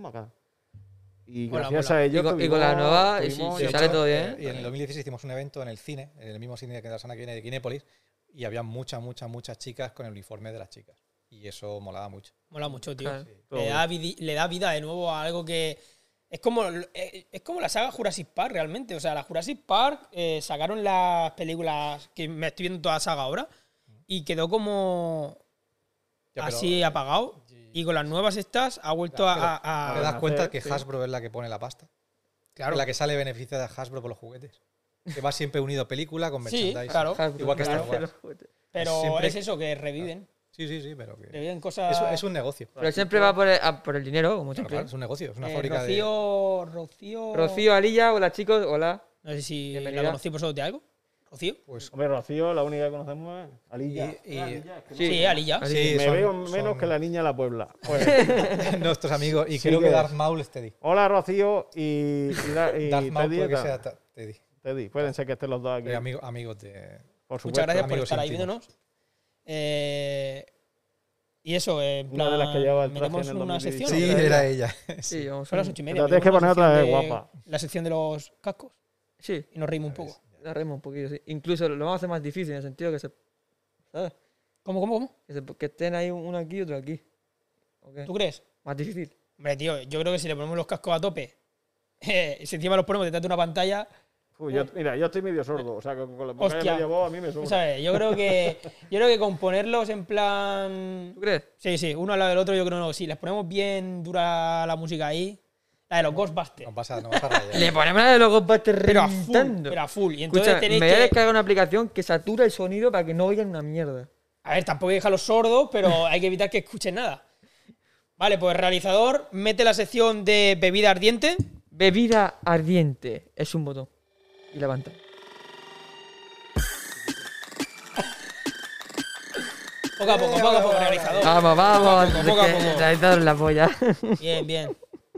Y Mola, gracias mola. a ello. Y con la nueva, y tuvimos- si De sale hecho, todo bien. Y en el 2016 hicimos un evento en el cine, en el mismo cine que la semana que viene de Kinépolis, y había muchas chicas con el uniforme de las chicas. Y eso molaba mucho. Mola mucho, tío. Claro. Le da vida de nuevo a algo que. Es como la saga Jurassic Park, realmente. O sea, la Jurassic Park sacaron las películas, que me estoy viendo toda la saga ahora, y quedó como Ya, pero- así apagado. Y con las nuevas estas ha vuelto Ya, pero a- ¿Te das cuenta que sí. Hasbro es la que pone la pasta? Claro. Es la que sale beneficiada de Hasbro por los juguetes. Que va siempre unido película con Sí, merchandising. claro. Igual que Star Claro. Wars. Pero siempre- es eso, que reviven. Sí, pero que... Reviven cosas. Es un negocio. Pero siempre va por el dinero, como Claro, siempre. claro, es un negocio, es una fábrica de... Rocío. Rocío, Alilla, hola chicos, hola. No sé si Bienvenida. la conocí por eso de algo. ¿Rocío? Pues, Hombre, Rocío, la única que conocemos es Alilla. Y- Alilla, es que Sí, Alilla. sí, me son- veo son menos que la niña de la Puebla. Pues, nuestros amigos. Y Sí creo que que Darth es. Maul es Teddy. hola, Rocío y Darth Maul Teddy. puede que tal. sea Teddy. Teddy, pueden ser que estén los dos aquí. Amigos de... Por supuesto. Muchas gracias por amigos estar ahí íntimos. viéndonos. Y eso, en Una de las que llevaba el traje metemos en el una 2016. sección. Sí, ¿no? era ella. Sí, vamos Son las a 8:30. Te la tienes que metemos poner otra una vez, sección guapa. La sección de los cascos Sí, y nos reímos un poco. la remo un poquito, sí. Incluso lo vamos a hacer más difícil en el sentido que se. ¿Sabes? ¿Cómo? Que estén ahí uno aquí y otro aquí. ¿Ok? ¿Tú crees? Más difícil. Hombre, tío, yo creo que si le ponemos los cascos a tope, si encima los ponemos detrás de una pantalla, Uy, mira, yo estoy medio sordo. O sea, que con la boca de Hostia. media voz a mí me sobra. ¿sabes? Yo creo que con ponerlos en plan. ¿Tú crees? Sí, uno al lado del otro, yo creo que no. Si les ponemos bien dura la música ahí, la de los Ghostbusters. No vas a rayar. Le ponemos la de los Ghostbusters Pero a full, reventando. pero a full. Y entonces Escucha, me tenéis voy a que. descargar una aplicación que satura el sonido para que no oigan una mierda. A ver, tampoco hay que dejarlos sordos, pero hay que evitar que escuchen nada. Vale, pues realizador, mete la sección de bebida ardiente. Bebida ardiente. Es un botón. Y levanta. Poco a poco, realizador. Vamos. Poco a poco. Realizador en la polla. Bien.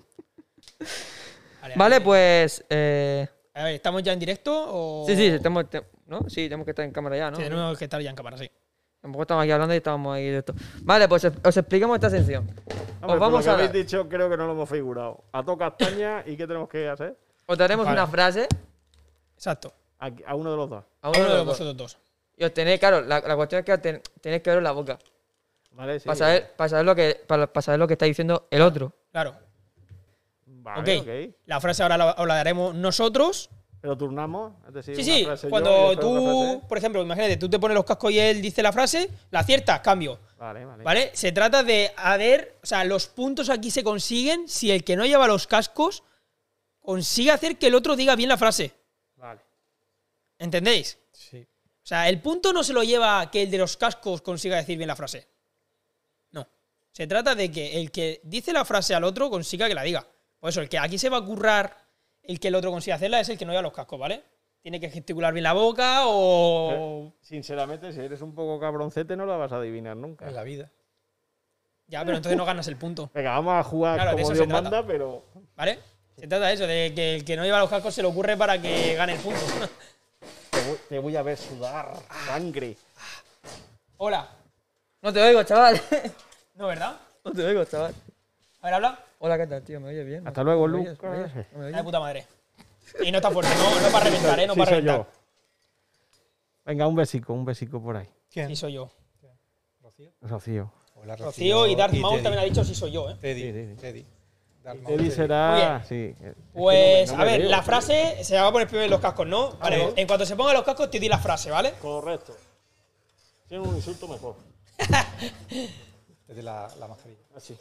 Vale, pues. A ver, ¿estamos ya en directo o...? Sí, ¿no? Sí, tenemos que estar en cámara ya, ¿no? Sí, tenemos que estar ya en cámara, sí. Tampoco estamos aquí hablando y estamos ahí de esto. Vale, pues os explicamos esta sección. Hombre, vamos por lo a que dar- habéis dicho, creo que no lo hemos figurado. A toca castaña y ¿qué tenemos que hacer? Os daremos Vale. una frase Exacto. A uno de los dos. a Uno de los dos. vosotros dos. Y os tenéis, claro, la cuestión es que tenéis que veros la boca. ¿Vale? Sí. Para saber lo que está diciendo el otro. Claro. Vale, Ok. ok. La frase ahora os la daremos nosotros. Pero turnamos. Es decir, Sí, una sí. frase yo y Cuando después otra tú, frase. por ejemplo, imagínate, tú te pones los cascos y él dice la frase, la aciertas, cambio. Vale. ¿Vale? Se trata de o sea, los puntos aquí se consiguen si el que no lleva los cascos consigue hacer que el otro diga bien la frase. Vale. ¿Entendéis? Sí. O sea, el punto no se lo lleva que el de los cascos consiga decir bien la frase. No. Se trata de que el que dice la frase al otro consiga que la diga. Por eso, el que aquí se va a currar el que el otro consiga hacerla es el que no lleva los cascos, ¿vale? Tiene que gesticular bien la boca o... Sinceramente, si eres un poco cabroncete, no la vas a adivinar nunca. En la vida. Ya, pero entonces no ganas el punto, Venga, vamos a jugar Claro, de como eso Dios se trata. manda, pero. ¿vale? Se trata de eso, de que el que no lleva los cascos se le ocurre para que gane el punto. Te voy a ver sudar sangre. Hola. No te oigo, chaval. ¿No, verdad? No te oigo, chaval. A ver, habla. Hola, ¿qué tal, tío? ¿Me oyes bien? Hasta luego, ¿Me oyes? Lucas. ¿Me oyes? ¿No me De oyes? puta madre. Y no está fuerte, no para reventar, ¿eh? No Sí, para soy reventar. yo. Venga, un besico por ahí. ¿Quién? Sí, soy yo. ¿Rocío? Rocío. Hola, Rocío y Darth Maul Teddy. también ha dicho si soy yo, ¿eh? Teddy. Sí. Teddy. Darth Maul, Teddy Teddy. será. Sí. Es que Pues, no me a ver, veo. la frase se va a poner primero en los cascos, ¿no? Vale, en cuanto se pongan los cascos, te di la frase, ¿vale? Correcto. Tiene un insulto mejor. Teddy la mascarilla. Así.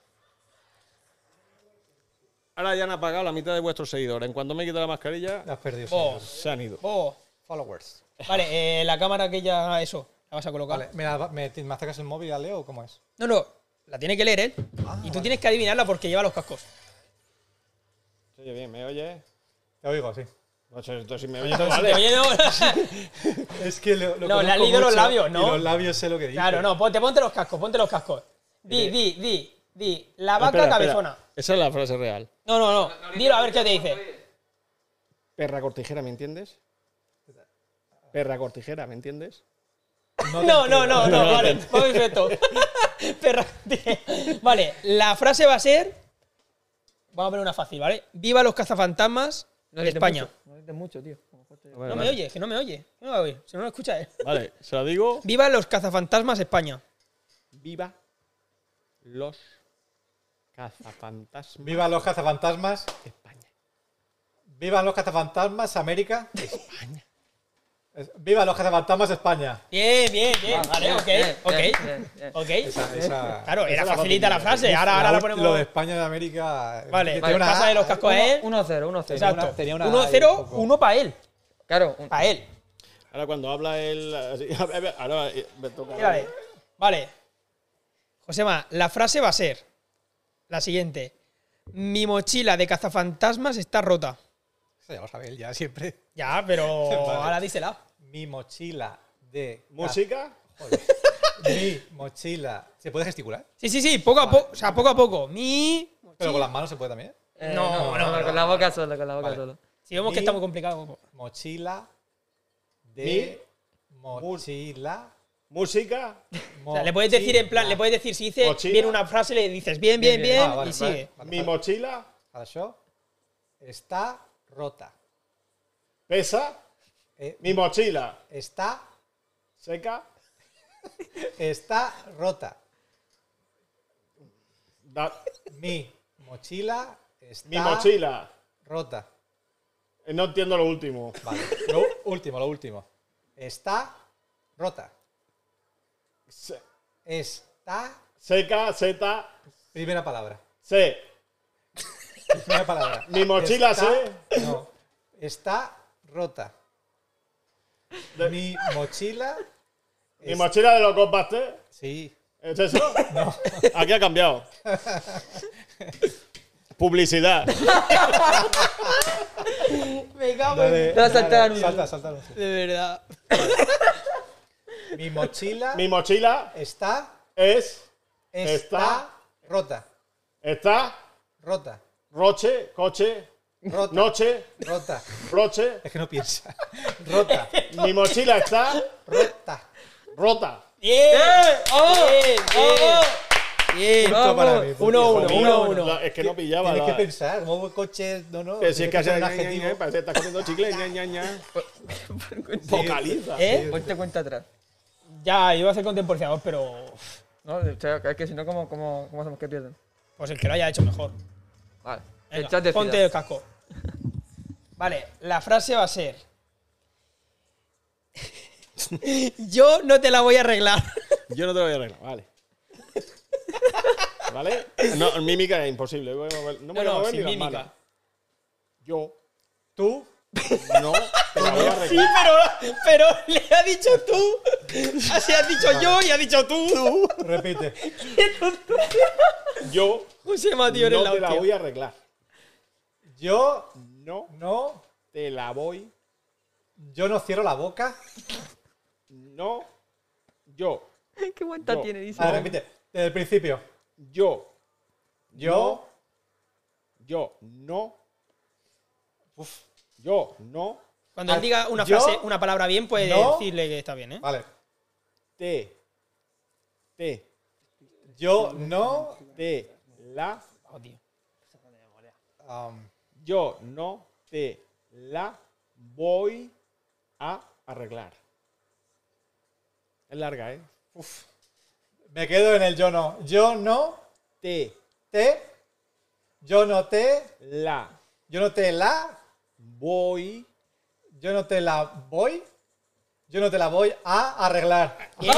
Ahora ya han apagado la mitad de vuestros seguidores. En cuanto me quito la mascarilla, Has perdido. Oh. se han ido. Oh, Followers. vale, la cámara que ya, eso, la vas a colocar. Vale, ¿me acercas el móvil a Leo o cómo es? No, la tiene que leer él. Y tú tienes que adivinarla porque lleva los cascos. Se oye bien, ¿me oye? Te oigo, sí. No sé, esto sí me oye. Entonces, vale. si te oye, no. Es que lo No, le has leído los labios, ¿no? Y los labios sé lo que dice. Claro, no, ponte los cascos, ponte los cascos. Di. La vaca Espera, cabezona. espera. Esa es la frase real. No. Dilo a ver qué te dice. Perra cortijera, ¿me entiendes? Perra cortijera, ¿me entiendes? No, vale, perfecto. Perra. Vale, la frase va a ser. Vamos a poner una fácil, ¿vale? ¡Viva los cazafantasmas No de España! Mucho, no dices mucho, tío. A lo mejor te- Bueno, No me oye, que no me oye. No me va a oír, si no lo escucha él. Vale, se lo digo. ¡Viva los cazafantasmas España! Viva los cazafantasmas Viva los cazafantasmas. España. Viva los cazafantasmas América. Viva los cazafantasmas España. Bien. Vale, Bien, ok. bien. Ok. Claro, Esa era la facilita la facilita. frase. Ahora la ponemos. Lo de España y de América. Vale, tiene una pasa de los cascos a él. 1-0, 1-0. Exacto. tenía una 1-0, ahí un poco. 1 para él. Claro, Para él. Ahora cuando habla él. Así, ahora me toca. Mírale. Vale. Josema, la frase va a ser la siguiente. Mi mochila de cazafantasmas está rota. Eso ya lo sabe él, ya siempre. Ya, pero Vale. ahora dísela. Mi mochila de. Música. Mi mochila. ¿Se puede gesticular? Sí, poco a poco. O sea, poco a poco. Mi. Pero con las manos se puede también. No, con la boca solo, con la boca Vale. solo. Si vemos que Mi- está muy complicado. Mochila de. Mochila. Música. O sea, le puedes decir en plan, le puedes decir, si dice Mochila. bien una frase, le dices bien, Bien. Ah, y vale, sigue. vale. Mi mochila Para yo. Está rota. pesa. Eh, Mi mochila Está. seca. Está rota. Mi Mi mochila está mochila. rota. No entiendo lo último. Vale. Lo último. Está rota. Se- Está. Seca, Z, Primera palabra. C. Primera palabra. Mi mochila Está- No. Está rota. De- Mi mochila. Mi mochila de los Ghostbusters. Sí. ¿Es eso? No. Aquí ha cambiado. Publicidad. Me cago Dale, Te vas a saltar dale, anuncio. salta anuncio. de verdad. Mi mochila Mi mochila está está rota. rota. Coche, Rota. noche, Rota. broche. Es que no piensa. Rota. Mi mochila está Rota. rota. Bien. Bien. Punto para mí, punto. 1-1, Mío, 1-1. Es que no pillaba. Tienes la- que pensar. ¿Cómo coche? No. Que si es que hace un un adjetivo. parece que estás comiendo chicle, ña. Vocaliza. ¿Eh? Ponte cuenta atrás. Ya, iba a hacer contemporizador, pero. No, o sea, es que si no, ¿cómo hacemos que pierden? Pues el que lo haya hecho mejor. Vale. Venga, El chat de ponte el casco. Vale, la frase va a ser. Yo no te la voy a arreglar. Yo no te lo voy a arreglar, vale. ¿Vale? No, mímica es imposible. No me voy a mover ni sin las mímica. manos. Yo Tú. no te la voy a Sí, arreglar. pero le ha dicho tú. Así has dicho yo y ha dicho tú. Repite. Yo José Matías, eres no la te la hostia. voy a arreglar. Yo No no. te la voy. Yo no cierro la boca. No. Yo. ¿Qué cuenta Yo. tiene? Dice. A ver, repite. Desde el principio. Yo. Yo. Yo no. Yo no Cuando él diga una yo frase, una palabra bien, puede no- decirle que está bien, ¿eh? Vale. te Yo no. la. Oh, tío. Yo no te la voy a arreglar. Es larga, ¿eh? Me quedo en el yo no. Yo no Te te. Yo no te. la Yo no te la. voy. Yo no te la voy. Yo no te la voy a arreglar. Bien.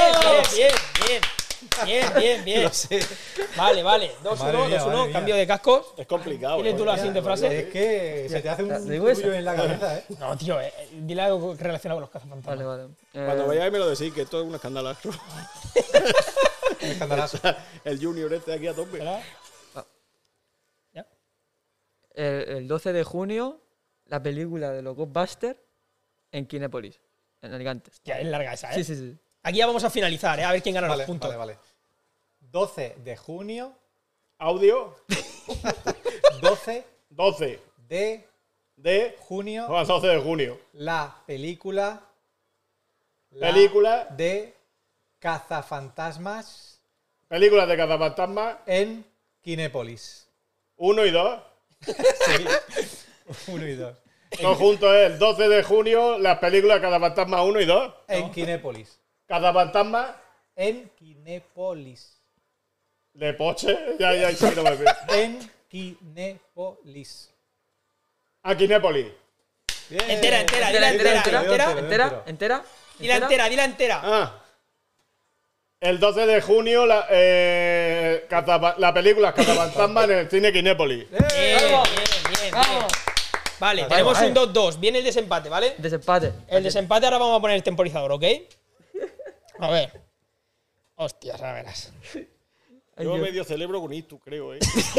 Lo sé. Vale. 2-1, Madre mía, 2-1, madre mía. cambio de cascos. Es complicado. Dile tú la siguiente frase. Es que se te hace un ¿Digo esa? tuyo en la cabeza, ¿eh? No, tío, dile algo relacionado con los cazafantasmas. Vale. Cuando vayáis me lo decís, que esto es un escandalazo. Un escandalazo. El Junior este aquí a tope. ¿Verdad? ¿Ya? El 12 de junio, la película de los Ghostbusters en Kinépolis, en Alicante. Ya, es larga esa, ¿eh? Sí. Aquí ya vamos a finalizar, ¿eh? A ver quién gana Vale, los puntos. vale. 12 de junio. Audio 12 12 de de junio. 12 de junio. La película Película. de cazafantasmas Películas de cazafantasmas en Kinépolis. 1 y 2. Sí. 1 y 2. Todo junto es el 12 de junio, las películas de cazafantasmas 1 y 2. En Kinépolis. Cazafantasmas En Kinépolis. de Poche. Ya, sí, no me fío. En Kinépolis. Aquinépolis. Bien. Entera, Entera, entera. entera. Dila entera. Ah. El 12 de junio, la película Cazafantasmas en el cine Kinépolis. Bien. Vale, tenemos un 2-2. Viene el desempate, ¿vale? Desempate. El desempate ahora vamos a poner el temporizador, ¿ok? A ver. Hostias, a verás. Yo medio celebro con esto, creo,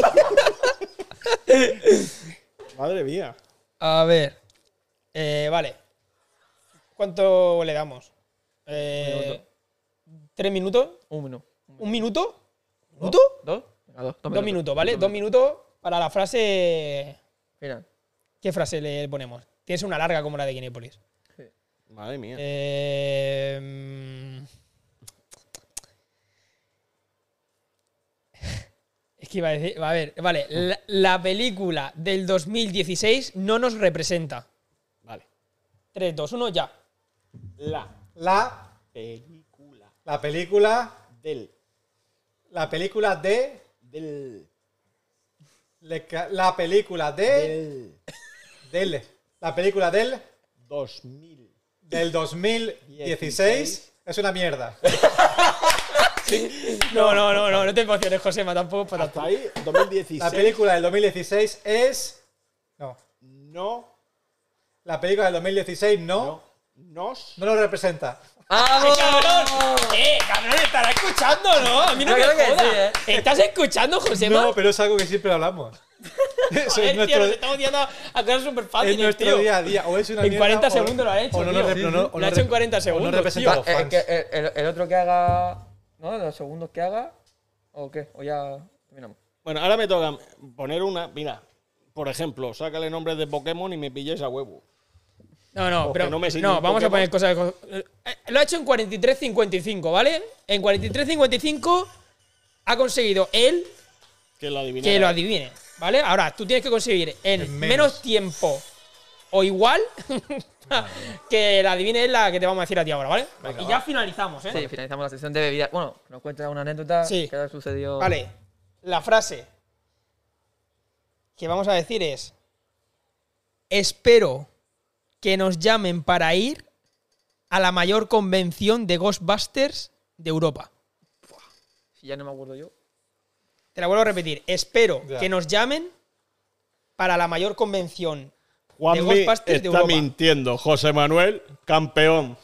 Madre mía. A ver. Vale. ¿Cuánto le damos? 3 minutos. 1 minuto. ¿Un minuto? ¿Minuto? 2. Venga, 2. 2 minutos, ¿vale? 2 minutos para la frase. Final. ¿Qué frase le ponemos? Tienes una larga como la de Kinépolis. Madre mía. Es que iba a decir. A ver, vale. La película del 2016 no nos representa. Vale. 3, 2, 1, ya. La película del La película de la película de del del 2000. del 2016 es una mierda. No te emociones, Josema, tampoco para Hasta tanto. ahí, 2016. La película del 2016 es No. La película del 2016 no Nos. lo representa. ¡Vamos! Cabrón, estará escuchando, ¿no? A mí no Yo me creo que jodas. sí, ¿Estás escuchando, Josema? No, pero es algo que siempre hablamos. Eso Joder, es tío, nuestro, nos estamos diciendo a cosas súper es fáciles, nuestro tío. día a día. O es una En mierda, 40 o- segundos lo ha hecho, o no tío. nos rep- no- o Lo ha hecho en 40 o segundos, no representa a tío. los fans. El otro que haga. ¿No? Los segundos que haga. ¿O qué? O ya terminamos. Bueno, ahora me toca poner una. Mira, por ejemplo, sácale nombres de Pokémon y me pilléis a huevo. No, Porque pero no me sigue no, un vamos a Pokémon. poner cosas. Lo ha hecho en 43.55, ¿vale? En 43.55 ha conseguido él Que lo adivine. que lo adivine, ¿vale? Ahora, tú tienes que conseguir en En menos menos. tiempo o igual que la adivine es la que te vamos a decir a ti ahora, ¿vale? Y ya finalizamos, ¿eh? Sí, finalizamos la sesión de bebidas. Bueno, nos cuenta una anécdota Sí. que haya sucedido. Vale, la frase que vamos a decir es: espero que nos llamen para ir a la mayor convención de Ghostbusters de Europa. Si ya no me acuerdo yo. Te la vuelvo a repetir. Espero Ya. que nos llamen para la mayor convención de Juanmi Ghostbusters de está Europa. mintiendo. José Manuel, campeón.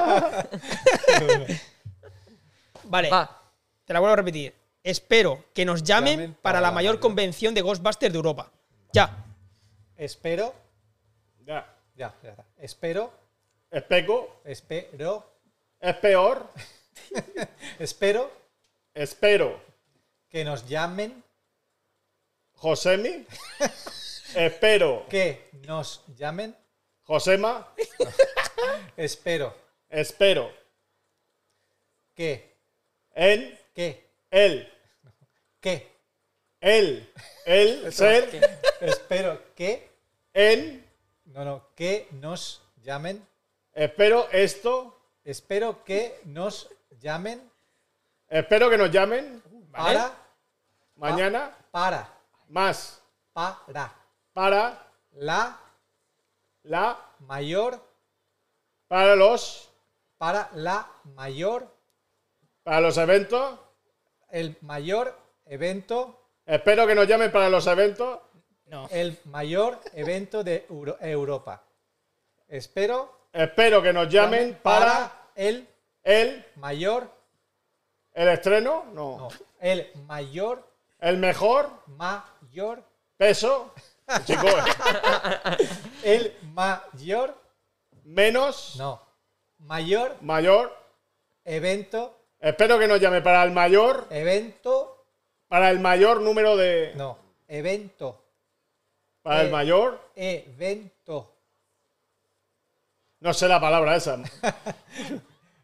Vale, Va. te la vuelvo a repetir. Espero que nos llamen para la mayor convención de Ghostbusters de Europa. Ya. Espero. Ya. Ya está. Espero. Especo. Es peor. Espero Espero. que nos llamen. Josemi. Espero. Que nos llamen. Josema. Espero Espero. que. En. Que. El. Que. El. El. Ser. Espero que. En. No. Que nos llamen. Espero esto. Espero que nos llamen. Espero que nos llamen. Para. Mañana. Para. Más. Para. La Mayor. para los Para la mayor. para los eventos. El mayor evento. Espero que nos llamen para los eventos. No. El mayor evento de Europa. Espero. Espero que nos llamen para el el mayor. estreno. No. No. El mayor. El mejor Mayor. peso. Chicos, El mayor. menos No. Mayor mayor. evento. Espero que nos llame para el mayor número de No. Evento. para el mayor. Evento. No sé la palabra esa.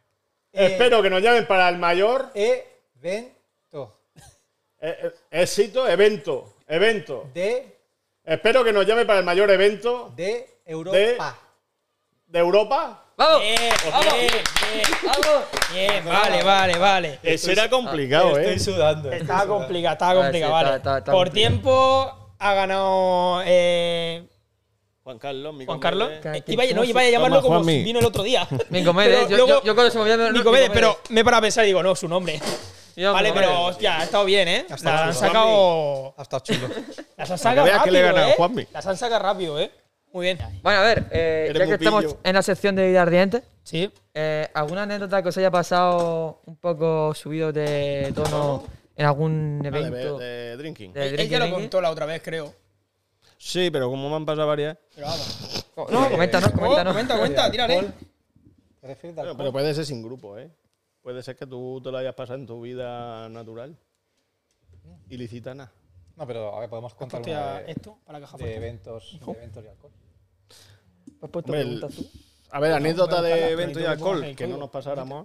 Espero que nos llamen para el mayor Evento. éxito, evento. De Espero que nos llame para el mayor evento Europa. de Europa. ¡Vamos! Bien, ¡Vamos! bien, bien. ¡Vamos! Bien, vale. Eso era complicado, Estoy sudando. Estaba complicado, sí, vale. está Por complicado. tiempo ha ganado Juan Carlos, mi Juan Carlos. compadre. ¿Qué- Iba a Toma, llamarlo como Juanmi. vino el otro día. Nicomedes. Pero luego- Yo cuando se me olvidaba Nicomedes, pero me he parado a pensar y digo, no, su nombre. Vale, pero hostia, ha estado bien, ¿eh? estado Las han chulo. sacado. Ha estado chulo. Las han sacado veas que le he rápido, ganado, ¿eh? Juanmi. Las han sacado rápido, ¿eh? Muy bien. Bueno, a ver, ya que muy estamos pillo. en la sección de vida ardiente, Sí. ¿alguna anécdota que os haya pasado un poco subido de tono en algún evento? De drinking. de Él drinking ya lo drinking? contó la otra vez, creo. Sí, pero como me han pasado varias. Pero vamos. No, coméntanos, coméntanos. Comenta, tírale. ¿Te refieres Bueno, pero puede ser sin grupo, ¿eh? Puede ser que tú te lo hayas pasado en tu vida natural. Ilicitana. No, pero a ver, podemos contar Hostia, una de esto para la caja de fuerte. eventos y alcohol. ¿Has puesto Hombre, preguntas tú? A ver, anécdota voy a buscar de las evento y preguntas que pongas en alcohol, el que no código. nos pasáramos.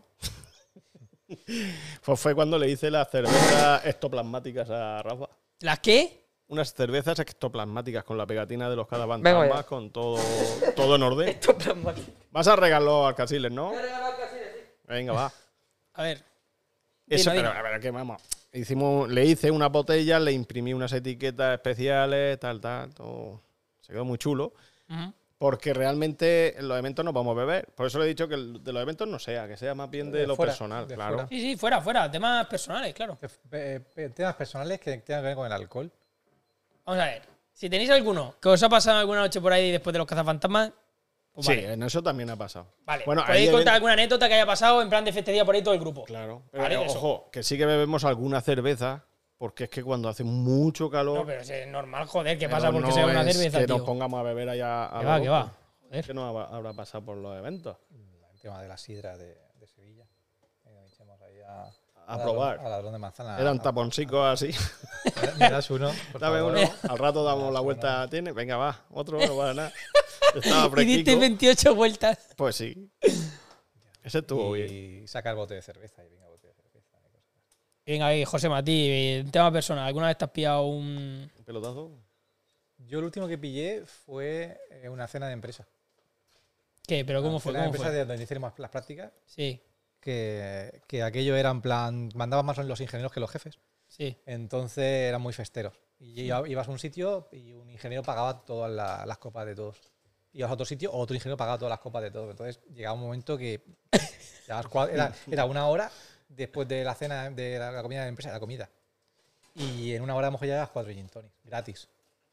Pues fue cuando le hice las cervezas ectoplasmáticas a Rafa. ¿Las qué? Unas cervezas ectoplasmáticas con la pegatina de los Venga cadafantasmas, ya. con todo en orden. Esto plasmático. Vas a regalar al Casiles, ¿no? Venga, va. A ver. Eso, Dilo, pero a ver, que vamos. Le hice unas botellas, le imprimí unas etiquetas especiales, tal. Todo. Se quedó muy chulo. Ujú. Porque realmente en los eventos no vamos a beber. Por eso le he dicho que de los eventos no sea, que sea más bien de De lo fuera, personal, de claro. fuera. Sí, fuera. Temas personales, claro. Temas personales que tengan que ver con el alcohol. Vamos a ver. Si tenéis alguno que os ha pasado alguna noche por ahí después de los cazafantasmas, pues Sí, vale. en eso también ha pasado. Vale. Bueno, Podéis hay contar event- alguna anécdota que haya pasado en plan de festería por ahí todo el grupo. Claro. Pero, Vale, eso. ojo, que sí que bebemos alguna cerveza, porque es que cuando hace mucho calor. No, pero es normal, joder, ¿qué pero pasa porque no sea una es cerveza, que tío? nos pongamos a beber allá a Que lo va, que loco. va. Joder. ¿Qué no habrá pasado por los eventos? El tema de la sidra de Sevilla. Nos echamos ahí A probar. A ladrón de manzana. Eran taponcicos así. ¿Me das uno? Por Dame favor? uno. Al rato damos la vuelta. ¿Tiene? Venga, va. Otro, no para nada. Estaba Y diste fresquico. 28 vueltas. Pues sí. Ese estuvo bien. Y sacar bote de cerveza. Y venga, bote de cerveza. y cosas así. Venga, ahí, José Matí, tema personal. ¿Alguna vez te has pillado un. ¿Un pelotazo? Yo el último que pillé fue una cena de empresa. ¿Qué? ¿Pero cómo fue? Cena de ¿Cómo empresa fue? de donde hicimos las prácticas. Sí, Que aquello era en plan. Mandaban más los ingenieros que los jefes. sí. Entonces eran muy festeros. Y ibas a un sitio y un ingeniero pagaba todas las copas de todos. Ibas a otro sitio, otro ingeniero pagaba todas las copas de todos. Entonces llegaba un momento que era una hora después de la cena, de la comida de la empresa, la comida. Y en una hora a lo mejor ya llevabas 4 gin tonics, gratis.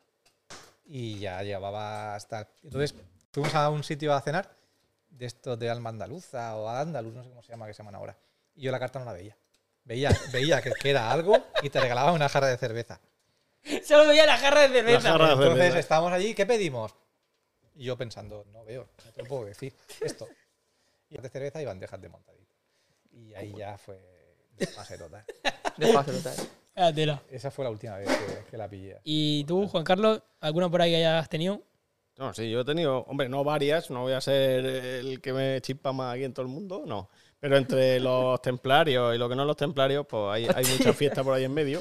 Y ya llevaba hasta... Entonces fuimos a un sitio a cenar, de estos de Alma Andaluza o Andaluz, no sé cómo se llama, que se llaman ahora. Y yo la carta no la veía. Veía que era algo y te regalaban una jarra de cerveza. Solo veía la jarra de cerveza. La jarra de Entonces cerveza. estábamos allí, ¿qué pedimos? Y yo pensando, no veo, no te lo puedo decir esto. Y de cerveza y bandejas de montadito. Y ahí ya fue desfase total. Despacio total. Ah, tela. Esa fue la última vez que la pillé. ¿Y tú, Juan Carlos, alguna por ahí que hayas tenido? No, sí, yo he tenido, hombre, no varias, no voy a ser el que me chispa más aquí en todo el mundo, no. Pero entre los templarios y lo que no los templarios, pues hay mucha fiesta por ahí en medio.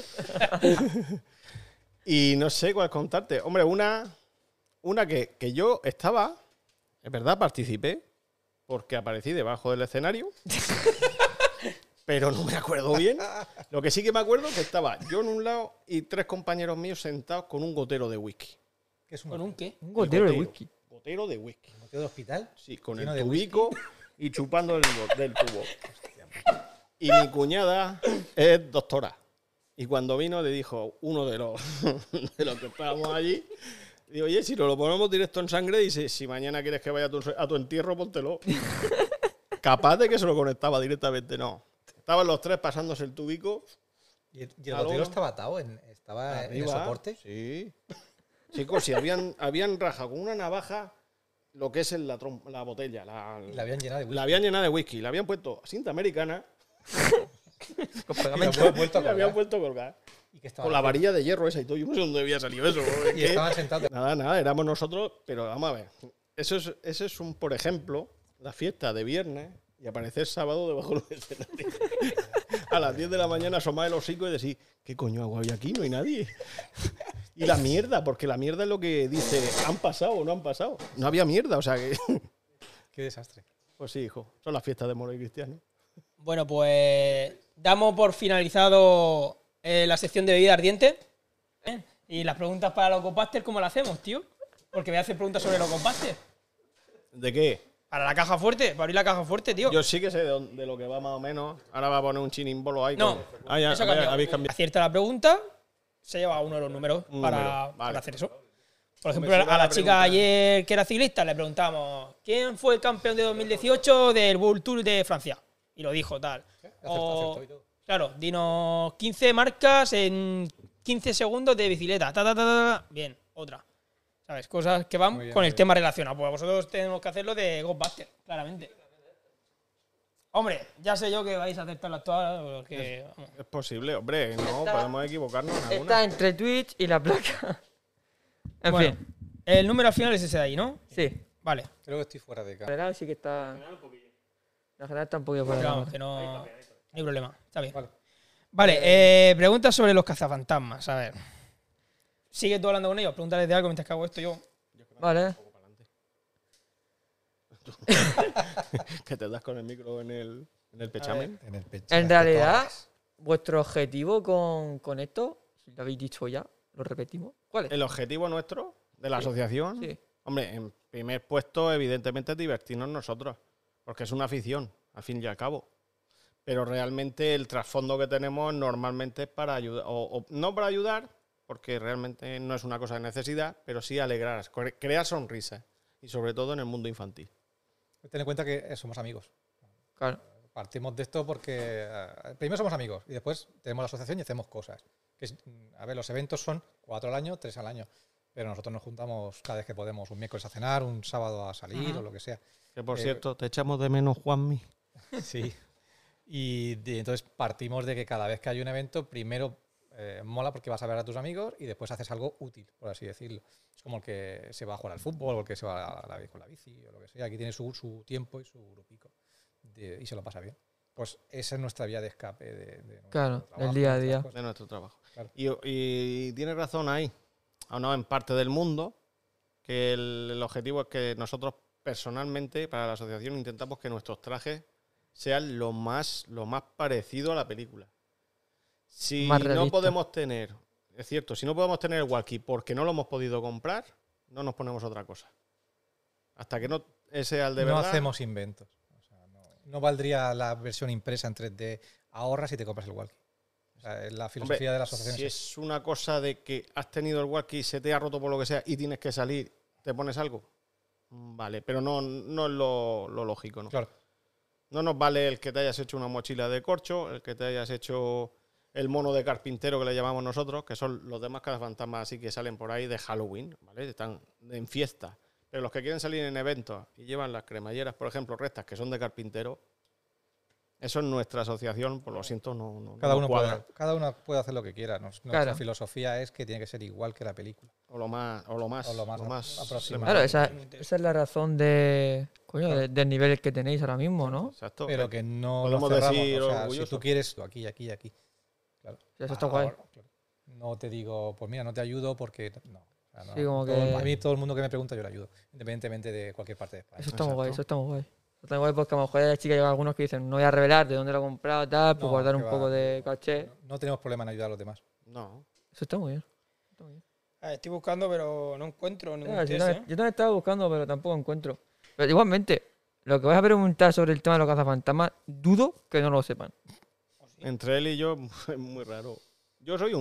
Y no sé cuál contarte. Hombre, una que yo estaba, es verdad, participé, porque aparecí debajo del escenario, pero no me acuerdo bien. Lo que sí que me acuerdo es que estaba yo en un lado y 3 compañeros míos sentados con un gotero de whisky. ¿Qué es un ¿Con un qué? Un gotero de Gotero. whisky. Gotero de whisky. goteo de hospital? Sí, con ¿Lleno el de tubico y chupando del tubo. Y mi cuñada es doctora. Y cuando vino le dijo uno de los que estábamos allí, digo, oye, si nos lo ponemos directo en sangre, dice, si mañana quieres que vaya a tu entierro, póntelo. Capaz de que se lo conectaba directamente, no. Estaban los 3 pasándose el tubico. ¿Y el Algo. gotero estaba atado? ¿Estaba en el Arriba. soporte? Sí. Chicos, si habían rajado con una navaja lo que es la botella. Y la habían llenado de whisky. La habían llenado de whisky. Le habían puesto cinta americana Con Y la pegamento. habían vuelto a y le habían colgar. vuelto a colgar. ¿Y qué estaban Con la haciendo? varilla de hierro esa y todo. Yo no sé dónde había salido eso. es Y que- estaban sentados. Nada, éramos nosotros. Pero vamos a ver. Eso es por ejemplo, la fiesta de viernes Y aparecer sábado debajo del escenario. A las 10 de la mañana asomar el hocico y decir, ¿qué coño hago aquí? No hay nadie. Y la mierda, porque la mierda es lo que dice, ¿han pasado o no han pasado? No había mierda, o sea que... Qué desastre. Pues sí, hijo, son las fiestas de Moro y Cristiano. Bueno, pues damos por finalizado la sección de bebida ardiente. Y las preguntas para los Ghostbusters, ¿cómo las hacemos, tío? Porque voy a hacer preguntas sobre los Ghostbusters. ¿De qué? Para la caja fuerte, para abrir la caja fuerte, tío. Yo sí que sé de lo que va más o menos. Ahora va a poner un chinimbolo ahí. No, Ya, eso ha cambiado. habéis cambiado. Acierta la pregunta, se lleva uno de los números Un para, número, vale. para hacer eso. Por ejemplo, Hombre, si a va la la chica pregunta. ayer que era ciclista le preguntamos ¿quién fue el campeón de 2018 del World Tour de Francia? Y lo dijo, tal. Acertó y todo. Claro, dinos 15 marcas en 15 segundos de bicicleta. Bien, otra. ¿Sabes? Cosas que van Muy bien, con muy el bien. tema relacionado. Pues vosotros tenemos que hacerlo de Ghostbusters, claramente. Hombre, ya sé yo que vais a aceptarlas todas, porque... vamos. Es posible, hombre. No, Está- podemos equivocarnos en Está alguna. entre Twitch y la placa. En Bueno, fin, el número al final es ese de ahí, ¿no? sí. Vale. Creo que estoy fuera de La cámara. general sí que está. La general está un poquito por Pero la vamos, que no hay problema. Está bien. Vale. Vale, preguntas sobre los cazafantasmas. A ver. ¿Sigues tú hablando con ellos? Pregúntales de algo mientras que hago esto yo. Vale. Que te das con el micro en el pechamen. En el pecho. En realidad, vuestro objetivo con esto, si lo habéis dicho ya, lo repetimos. ¿Cuál es? El objetivo nuestro de la asociación, Sí. hombre, en primer puesto, evidentemente, es divertirnos nosotros. Porque es una afición, al fin y al cabo. Pero realmente el trasfondo que tenemos normalmente es para ayudar, o no para ayudar, porque realmente no es una cosa de necesidad, pero sí alegrar, crear sonrisas. Y sobre todo en el mundo infantil. Ten en cuenta que somos amigos. Claro. Partimos de esto porque primero somos amigos y después tenemos la asociación y hacemos cosas. A ver, los eventos son 4 al año, 3 al año. Pero nosotros nos juntamos cada vez que podemos, un miércoles a cenar, un sábado a salir o lo que sea. Que por cierto, te echamos de menos, Juanmi. Sí. Y entonces partimos de que cada vez que hay un evento, primero mola porque vas a ver a tus amigos y después haces algo útil, por así decirlo. Es como el que se va a jugar al fútbol o el que se va con la bici o lo que sea. Aquí tiene su tiempo y su grupico y se lo pasa bien. Pues esa es nuestra vía de escape de nuestro Claro, trabajo, el día a nuestras día. cosas. De nuestro trabajo. Claro. Y tienes razón ahí, o no, en parte del mundo, que el objetivo es que nosotros personalmente, para la asociación, intentamos que nuestros trajes sean lo más parecido a la película. Si Más no realista. podemos tener, es cierto, si no podemos tener el walkie porque no lo hemos podido comprar, no nos ponemos otra cosa. Hasta que no sea el de No verdad. hacemos inventos. O sea, no valdría la versión impresa en 3D. Ahorras y te compras el walkie. O sea, es la filosofía Hombre, de la asociación. si es una cosa de que has tenido el walkie, se te ha roto por lo que sea y tienes que salir, ¿te pones algo? Vale, pero no es lo lógico, ¿no? Claro. No nos vale el que te hayas hecho una mochila de corcho, el que te hayas hecho el mono de carpintero que le llamamos nosotros, que son los demás cazafantasmas así que salen por ahí de Halloween, ¿vale? Están en fiesta. Pero los que quieren salir en eventos y llevan las cremalleras, por ejemplo, rectas, que son de carpintero, eso es nuestra asociación, por lo siento, no Cada uno cuadra. puede hacer lo que quiera. Nuestra Claro. filosofía es que tiene que ser igual que la película. O lo más aproximado. Claro, esa es la razón del nivel que tenéis ahora mismo, ¿no? Exacto. Pero que no podemos lo cerramos. decir O sea, si orgullosos. tú quieres aquí, aquí, aquí. Claro. Eso está guay. Claro. No te digo, pues mira, no te ayudo porque no. O sea, no. Sí, como que- A mí todo el mundo que me pregunta yo le ayudo, independientemente de cualquier parte de España. Eso está muy guay, Exacto. eso está muy guay. Eso está muy guay porque a lo mejor hay las chicas, hay algunos que dicen, no voy a revelar de dónde lo he comprado, tal, por No, guardar que un va. poco de caché. No tenemos problema en ayudar a los demás. No. Eso está muy bien. Está muy bien. Estoy buscando, pero no encuentro ningún Yo test, también estaba buscando, pero tampoco encuentro. Pero igualmente, lo que vas a preguntar sobre el tema de los cazafantasmas, dudo que no lo sepan. Entre él y yo es muy raro. Yo soy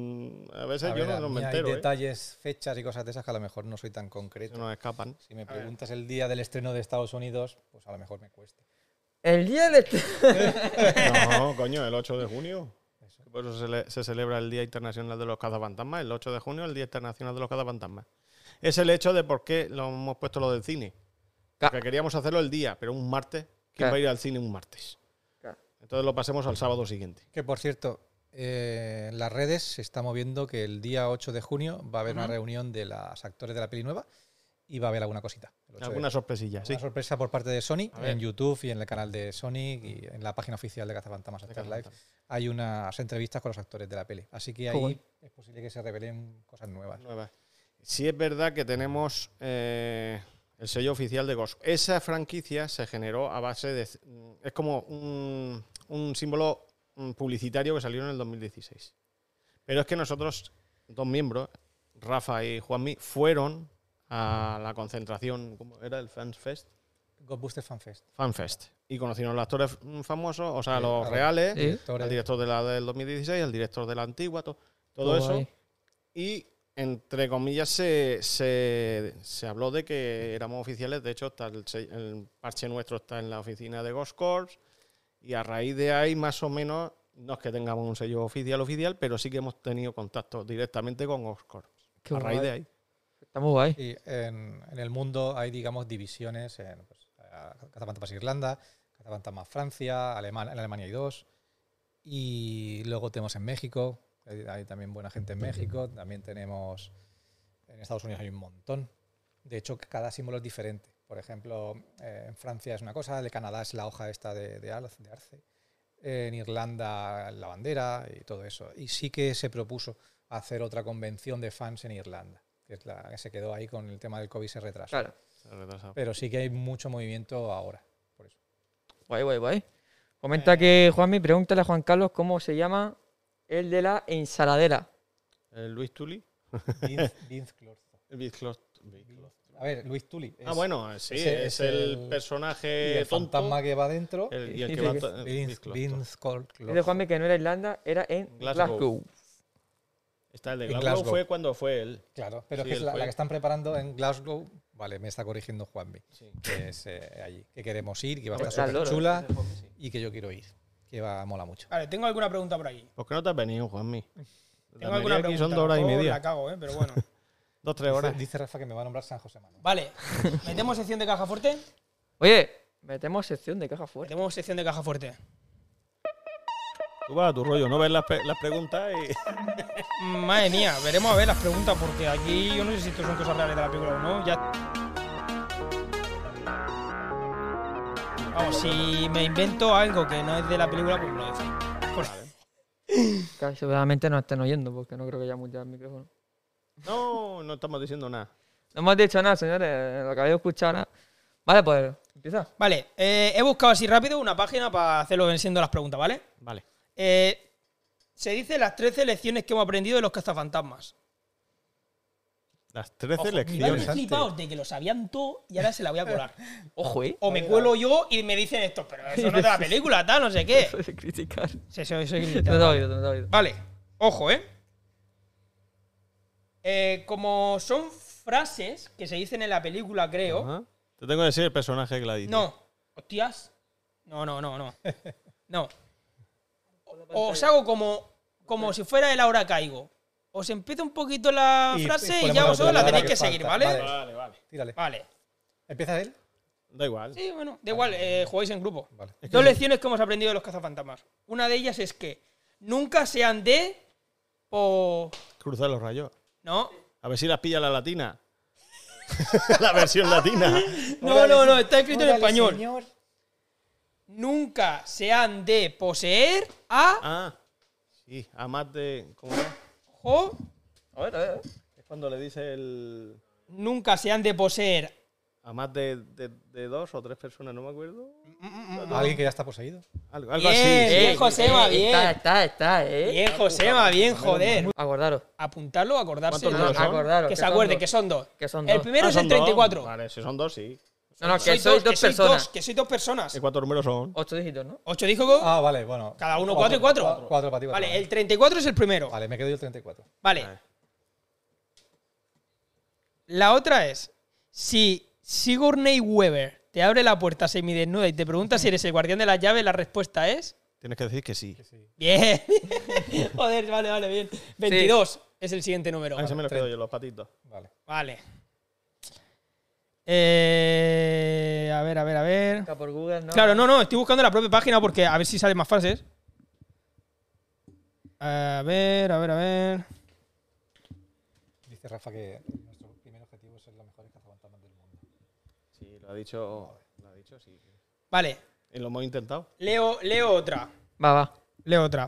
a veces A yo ver, no a me mí entero, hay detalles, fechas y cosas de esas que a lo mejor no soy tan Se concreto. nos escapan. Si me preguntas el día del estreno de Estados Unidos, pues a lo mejor me cueste. El día del No, coño, el 8 de junio. Por eso se celebra el Día Internacional de los Cazafantasmas. El 8 de junio, el Día Internacional de los Cazafantasmas. Es el hecho de por qué lo hemos puesto lo del cine. Porque queríamos hacerlo el día, pero un martes. ¿Quién Claro. va a ir al cine un martes? Claro. Entonces lo pasemos al sábado siguiente. Que por cierto, en las redes se está moviendo que el día 8 de junio va a haber una reunión de los actores de la peli nueva y va a haber alguna cosita. el 8 de Alguna sorpresilla, sí. Una sorpresa por parte de Sony A ver. en YouTube y en el canal de Sony y en la página oficial de Cazafantasmas Afterlife. Hay unas entrevistas con los actores de la peli. Así que ahí guay. es posible que se revelen cosas nuevas. Nuevas. Sí es verdad que tenemos el sello oficial de Ghost. Esa franquicia se generó a base de... Es como un símbolo publicitario que salió en el 2016. Pero es que nosotros, 2 miembros, Rafa y Juanmi, fueron a la concentración, ¿cómo era? El Fans Fest. Ghostbusters Fan Fest. FanFest. Y conocieron a los actores famosos, o sea, Sí, los a los reales, directores. al director de la del 2016, al director de la antigua, todo Todo eso. ahí. Y, entre comillas, se habló de que éramos oficiales. De hecho, está el parche nuestro está en la oficina de Ghost Corps. Y a raíz de ahí, más o menos, no es que tengamos un sello oficial, pero sí que hemos tenido contacto directamente con Ghost Corps. Qué A raíz guay. de ahí. Está muy guay. Y en el mundo hay, digamos, divisiones en Cazafantasmas Irlanda, Cazafantasmas Francia, en Alemania hay 2. Y luego tenemos en México, hay también buena gente en México. También tenemos en Estados Unidos hay un montón. De hecho, cada símbolo es diferente. Por ejemplo, en Francia es una cosa, el de Canadá es la hoja esta de arce. En Irlanda la bandera y todo eso. Y sí que se propuso hacer otra convención de fans en Irlanda, que es la que se quedó ahí con el tema del COVID, se retrasó. Claro. Se ha retrasado. Pero sí que hay mucho movimiento ahora, por eso. Guay, guay, guay. Comenta que Juanmi, pregúntale a Juan Carlos cómo se llama el de la ensaladera. Luis Tully. Vince Clorzo. Luis Clot- A ver, Luis Tully. Sí, ese es es el y personaje el tonto. fantasma que va dentro. Y el Sí, que sí, va sí. to- Vince Clot- Clorzo. Dice Juanmi que no era Irlanda, era en Glasgow. Glasgow. Está el de En Glasgow, Glasgow. fue cuando fue él. Claro, pero Sí, que es él la fue. que están preparando en Glasgow. Vale, me está corrigiendo Juanmi. Sí. Que es allí. Que queremos ir, que va a Está estar el loro, súper chula y que yo quiero ir. Que va, mola mucho. Vale, tengo alguna pregunta por aquí. ¿Por qué no te has venido, Juanmi? Tengo alguna aquí pregunta. son 2 horas y a lo mejor media. La cago, pero bueno. 2-3 horas. Dice Rafa que me va a nombrar San José Manuel. Vale, ¿metemos sección de caja fuerte? Oye, metemos sección de caja fuerte. Metemos sección de caja fuerte. Tú vas a tu rollo, no ves las preguntas y... Madre mía, veremos a ver las preguntas porque aquí yo no sé si esto son cosas reales de la película o no. Ya... Vamos, si me invento algo que no es de la película, pues me lo decís. Que seguramente nos estén oyendo porque no creo que haya mucho el micrófono. No, no estamos diciendo nada. No hemos dicho nada, señores. Lo que habéis escuchado nada. Vale, pues empieza. Vale, he buscado así rápido una página para hacerlo siendo las preguntas, ¿vale? Vale. Se dice las 13 lecciones que hemos aprendido de los cazafantasmas. Las 13 Ojo, lecciones. vais interesante. flipaos de que lo sabían todo y ahora se la voy a colar. Ojo, O me cuelo yo y me dicen esto, pero eso no es de la película, tal, no sé qué. Eso de criticar. Sí, soy No criticado. te ha oído, no te ha oído. Vale, ojo, como son frases que se dicen en la película, creo. Ajá. Te tengo que decir el personaje que la dice. No, hostias. No. No. Os hago como si fuera el ahora caigo. Os empiezo un poquito la Y frase y ponemos ya la vosotros la palabra tenéis que que seguir, falta. ¿vale? Vale. Vale. Tírale. Vale. ¿Empieza él? Da igual. Sí, bueno, da igual, jugáis en grupo. Vale. Dos lecciones que hemos aprendido de los cazafantasmas. Una de ellas es que nunca sean de... Cruzar los rayos. No. A ver si las pilla la latina. La versión latina. No, está escrito en Órale, español. señor. Nunca se han de poseer a... Ah, sí. A más de... ¿Cómo es? Ojo, A ver. Es cuando le dice el... nunca se han de poseer... A más de 2 o 3 personas, no me acuerdo. Alguien que ya está poseído. Algo Bien, así. sí. bien, Josema, bien. Está, Bien, Josema, bien, joder. Acordaros. Apuntarlo, acordarse. ¿Cuántos números son? Acordaros. Que se acuerde que son dos. Que son El dos. primero es son el dos. 34. Vale, si son 2, sí. No, que sois dos personas. Que sois dos personas. ¿Y cuántos números son? 8 dígitos, ¿no? 8 dijo. Ah, vale, bueno. Cada uno 4 y 4. 4 para ti. cuatro Vale, para mí. el 34 es el primero. Vale, me quedo yo el 34. Vale. Vale. La otra es, si Sigourney Weaver te abre la puerta semidesnuda y te pregunta si eres el guardián de las llaves, la respuesta es... Tienes que decir que sí. Bien. Joder, vale, bien. 22 es el siguiente número. Ahí se me lo quedo yo, los patitos. Vale. Vale. A ver. Está por Google, ¿no? Claro, no, estoy buscando la propia página porque a ver si salen más frases. A ver. Dice Rafa que nuestro primer objetivo es ser los mejores cazafantasmas Sí, lo ha dicho, sí. Vale, Y lo hemos intentado. leo otra. Va. Leo otra.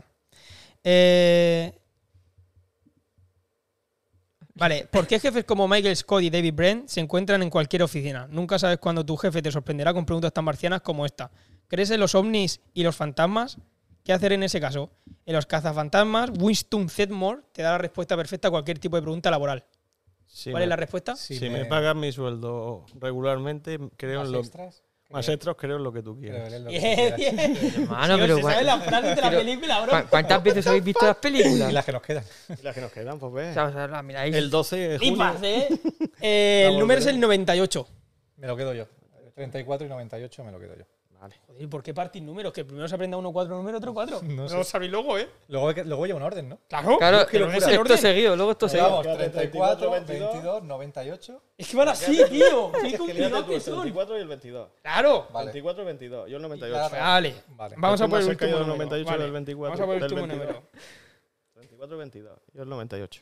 Vale, ¿por qué jefes como Michael Scott y David Brent se encuentran en cualquier oficina? Nunca sabes cuándo tu jefe te sorprenderá con preguntas tan marcianas como esta. ¿Crees en los ovnis y los fantasmas? ¿Qué hacer en ese caso? En los cazafantasmas, Winston Zeddemore te da la respuesta perfecta a cualquier tipo de pregunta laboral. Sí, ¿Cuál es la respuesta? Si me pagas mi sueldo regularmente, creo en lo más extras, creo en lo que tú quieras. Bien, bien. Hermano, Sí, pero se sabe las frases de la pero- película, bro. ¿Cuántas veces habéis visto las películas? Y las que nos quedan. Y las que nos quedan, pues O ves. sea, la miráis. El 12 de junio. Flipas, ¿eh? El número es el 98. Me lo quedo yo. 34 y 98 me lo quedo yo. Vale. Joder, ¿y por qué partir números? Que primero se aprenda 1, 4, número, otro 4. No sé. lo sabéis luego, ¿eh? Luego lleva un orden, ¿no? Claro, Claro, pero no es el esto orden. seguido, luego esto seguido. Vamos, Quédate 34, 22, 22, 98. Es que van así, tío. Qué Fíjate tú, el complicados son. 34 y el 22. Claro. Vale. 24 y 22. Yo el 98. Vale. Vale. Vamos a Estoy por el más cerca último yo del número. 98 Vale. del 24. Vamos a por el del último 22. número. 34 y 22. Yo el 98.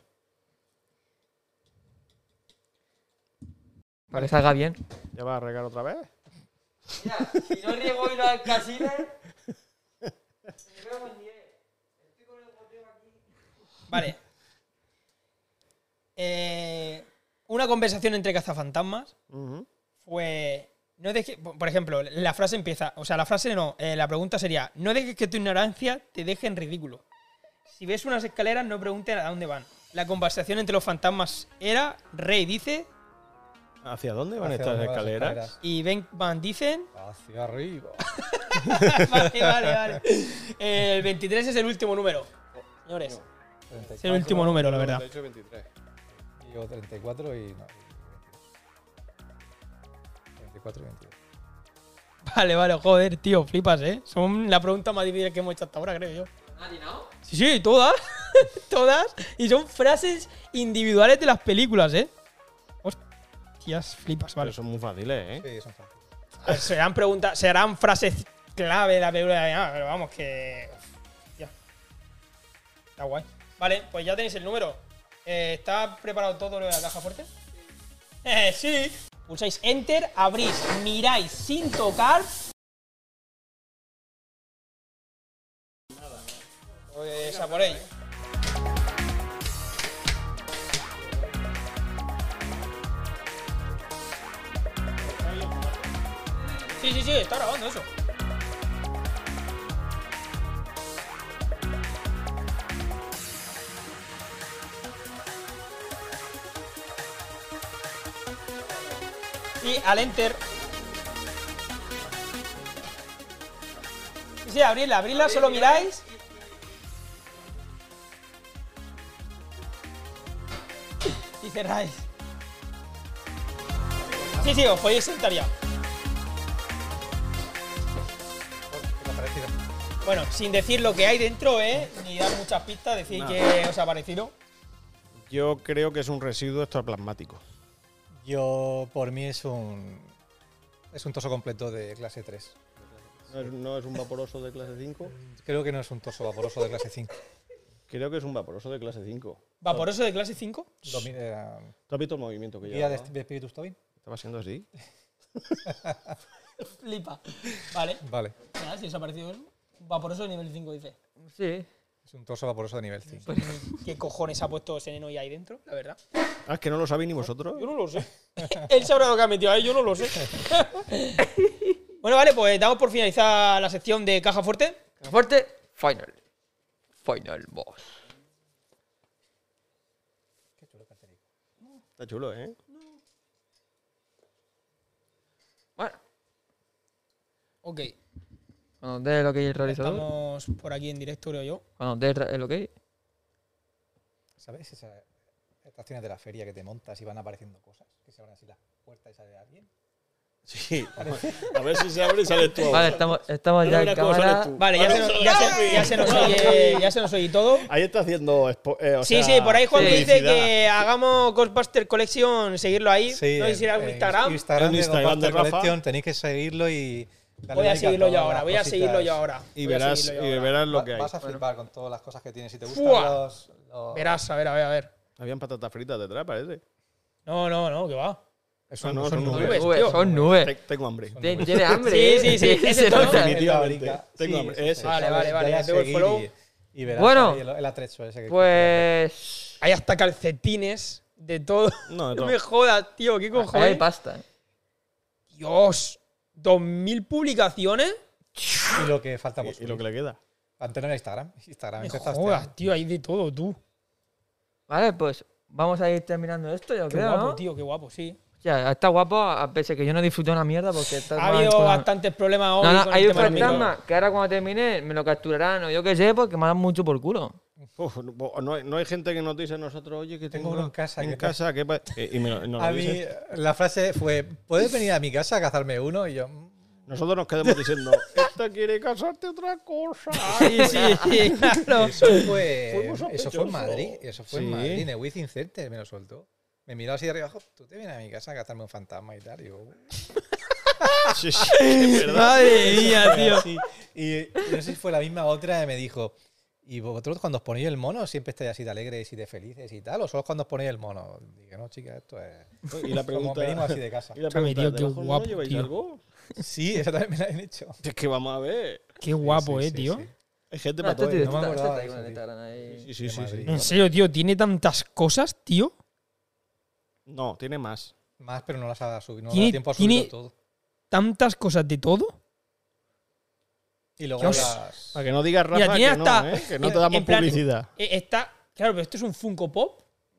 Para que salga bien. ¿Ya vas a regar otra vez? Mira, si no riego hoy al casino. Vale. Una conversación entre cazafantasmas Ujú. fue... No dejes, por ejemplo, la frase empieza... O sea, la frase no. La pregunta sería: no dejes que tu ignorancia te deje en ridículo. Si ves unas escaleras, no preguntes a dónde van. La conversación entre los fantasmas era... Rey dice... ¿Hacia dónde van ¿Hacia estas dónde van las escaleras? Y Ben Van dicen... Hacia arriba. vale. El 23 es el último número. Señores, es el último número, la verdad. 98 y 23. Y yo 34 y no. 34 y 22. Vale, joder, tío, flipas, ¿eh? Son la pregunta más difícil que hemos hecho hasta ahora, creo yo. ¿Nadie, no? Sí, todas. Todas. Y son frases individuales de las películas, ¿eh? Hostias, flipas, vale. Pero son muy fáciles, ¿eh? Sí, son fáciles. A ver, serán preguntas, serán frases clave de la película, pero vamos, que... Ya. Está guay. Vale, pues ya tenéis el número. ¿Está preparado todo lo de la caja fuerte? Sí. Pulsáis Enter, abrís, miráis sin tocar. Pues a por ello. Sí, está grabando eso. Y al Enter. Sí, abrirla, solo miráis. Y cerráis. Sí, os podéis sentar ya. ¿Qué te ha parecido? Bueno, sin decir lo que hay dentro, ni dar muchas pistas, decir que os ha parecido. Yo creo que es un residuo ectoplasmático. Yo, por mí, es un torso completo de clase 3. ¿No es un vaporoso de clase 5? Creo que no es un torso vaporoso de clase 5. Creo que es un vaporoso de clase 5. ¿Vaporoso de clase 5? ¿Tú has visto el movimiento que ¿Guía lleva? de Espíritus Tobin? Estaba siendo así. Flipa. Vale. Vale. Nada, si os ha parecido eso. Vaporoso de nivel 5, dice. Sí. Es un torso vaporoso de nivel 5. ¿Qué cojones ha puesto Sereno ahí dentro? La verdad. Ah, es que no lo sabéis ni vosotros. Yo no lo sé. Él sabrá lo que ha metido ahí, yo no lo sé. Bueno, vale, pues damos por finalizar la sección de caja fuerte. Fuerte. Final. Final boss. Está chulo, ¿eh? Bueno, Ok. cuando dé el ok el realizador. Estamos por aquí en directo, creo yo. Cuando dé el ok. ¿Sabes esas estaciones de la feria que te montas y van apareciendo cosas? Que se abren así las puertas y sale alguien. Sí. A ver si se abre y sales tú. Vale, ahora. estamos ya en Mira cómo sales cámara. tú. Vale, ya se nos oye todo. Ahí está haciendo. Sí, por ahí Juan sí. dice publicidad. que hagamos Ghostbuster Collection, seguirlo ahí. Sí, no sé si era algún Instagram. Instagram, En de Instagram de Ghostbuster Rafa. Collection, tenéis que seguirlo y darle Voy a like seguirlo yo todas ahora, las voy a cositas. seguirlo yo ahora. Y Voy a verás, seguirlo yo ahora. verás lo que hay. Vas a flipar con todas las cosas que tienes. Si te gustan ¡Fua! los... Verás, a ver. Habían patatas fritas detrás, parece. No, que va. Son, No, son son nubes. nubes. Nubes, tío. son nubes. Tengo hambre. Tiene hambre. Sí, ¿eh? sí, ese Se tono. nota. Definitivamente. Tengo hambre. Sí, Ese. Vale, vale, vale, Ya ya tengo el seguir follow. y verás Bueno, ahí el atrecho ese que Pues. Hay hasta calcetines de todo. No, de No todo. me jodas, tío. ¿Qué Ahí cojones? hay pasta. Dios. 2000 publicaciones. Y lo que falta por Y lo que le queda. Antes era Instagram. Instagram Me empezó este jodas, año. tío. Hay de todo, tú. Vale, pues vamos a ir terminando esto, yo Qué creo, guapo, ¿no? tío. Qué guapo, sí. Ya, está guapo, a pesar que yo no disfruté una mierda porque está Ha mal habido con- bastantes problemas hoy. No, no, con hay el un tema del micro. fantasma que ahora cuando termine me lo capturarán o yo qué sé, porque me dan mucho por culo. Uf, no hay gente que nos dice a nosotros, oye, que Tengo uno en casa En que- casa, ¿qué pa-?" Y nos A lo mí dicen. la frase fue, ¿puedes venir a mi casa a cazarme uno? Y yo, Nosotros nos quedamos diciendo, esta quiere casarte otra cosa. Sí, sí, claro. Eso fue en sospechoso. Madrid. Eso fue en Sí. Madrid. En el Within Center me lo soltó. Me miró así de arriba abajo, tú te vienes a mi casa a cazarme un fantasma y tal. Y yo, Sí, sí, es verdad. Madre mía, tío. sí. Y no sé si fue la misma otra que me dijo, ¿y vosotros cuando os ponéis el mono siempre estáis así de alegres y de felices y tal? ¿O solo cuando os ponéis el mono? Dije, no, chica, esto es... Y la Como pregunta, venimos así de casa. y la Escúchame, pregunta, tío, qué ¿debajo no guapo, lleváis tío. algo? Sí, eso también me lo han hecho. Es que vamos a ver. Qué guapo, Sí, sí, tío. sí. Hay gente No, para esto todo. tío, no me esto acordaba está de ahí eso, con el tío. Instagram ahí. Sí, sí, De sí, sí. Madrid. En serio, tío. Tiene tantas cosas, tío. No, tiene más. Más, pero no las ha subido. No Tiene- da tiempo a tiene- subirlo todo. Tantas cosas de todo. Y luego Dios. las... Para que no digas, Rafa, Mira, tiene que no, hasta. que no te en damos plan, publicidad. Está. Claro, pero esto es un Funko Pop.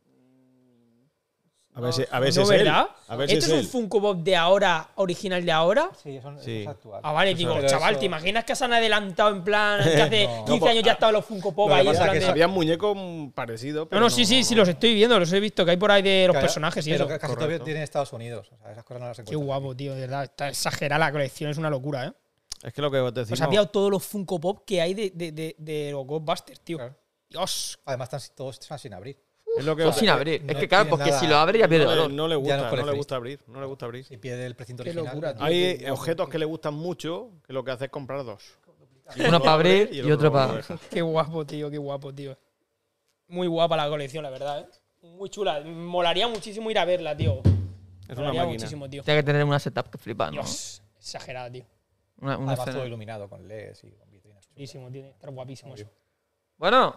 A ver si ¿No, es él. verdad? A ver si ¿Esto es es él. un Funko Pop de ahora, original de ahora? Sí, eso Sí. es actual. Ah, vale, digo, Pero chaval, eso- ¿te imaginas que se han adelantado en plan que hace No. 15 años ya estaban los Funko Pop Lo que ahí? En pasa plan es que de- Había muñecos parecidos. No, no, sí, sí, sí, los estoy viendo, los he visto, que hay por ahí de los Claro, personajes y pero eso. que casi Correcto. todavía tiene en Estados Unidos. O sea, esas cosas no las Qué encuentras. guapo, tío, de verdad. Está exagerada la colección, es una locura, ¿eh? Es que lo que os Os decimos. ha pillado todos los Funko Pop que hay de los Ghostbusters, tío. Claro. Dios. Además, todos están sin abrir. Es lo que Son os- sin abrir. no Es que claro, tiene porque nada- si lo abre ya pierde no, valor. no le Ya no gusta, no le coleccionista. gusta abrir. No le gusta abrir. Y pierde el precinto Qué original. locura, tío. Hay objetos que le gustan mucho que lo que hace es comprar dos. Uno para abrir el y otro lo para. deja. Qué guapo, tío, qué guapo, tío. Muy guapa la colección, la verdad, ¿eh? Muy chula. Molaría muchísimo ir a verla, tío. Es una Molaría máquina. muchísimo, tío. Tiene que tener una setup que flipa, ¿no? Dios. Exagerada, tío. Una Además, escena. todo iluminado con LEDs y con vitrinas. Chulísimo, tiene que estar guapísimo eso. Bueno,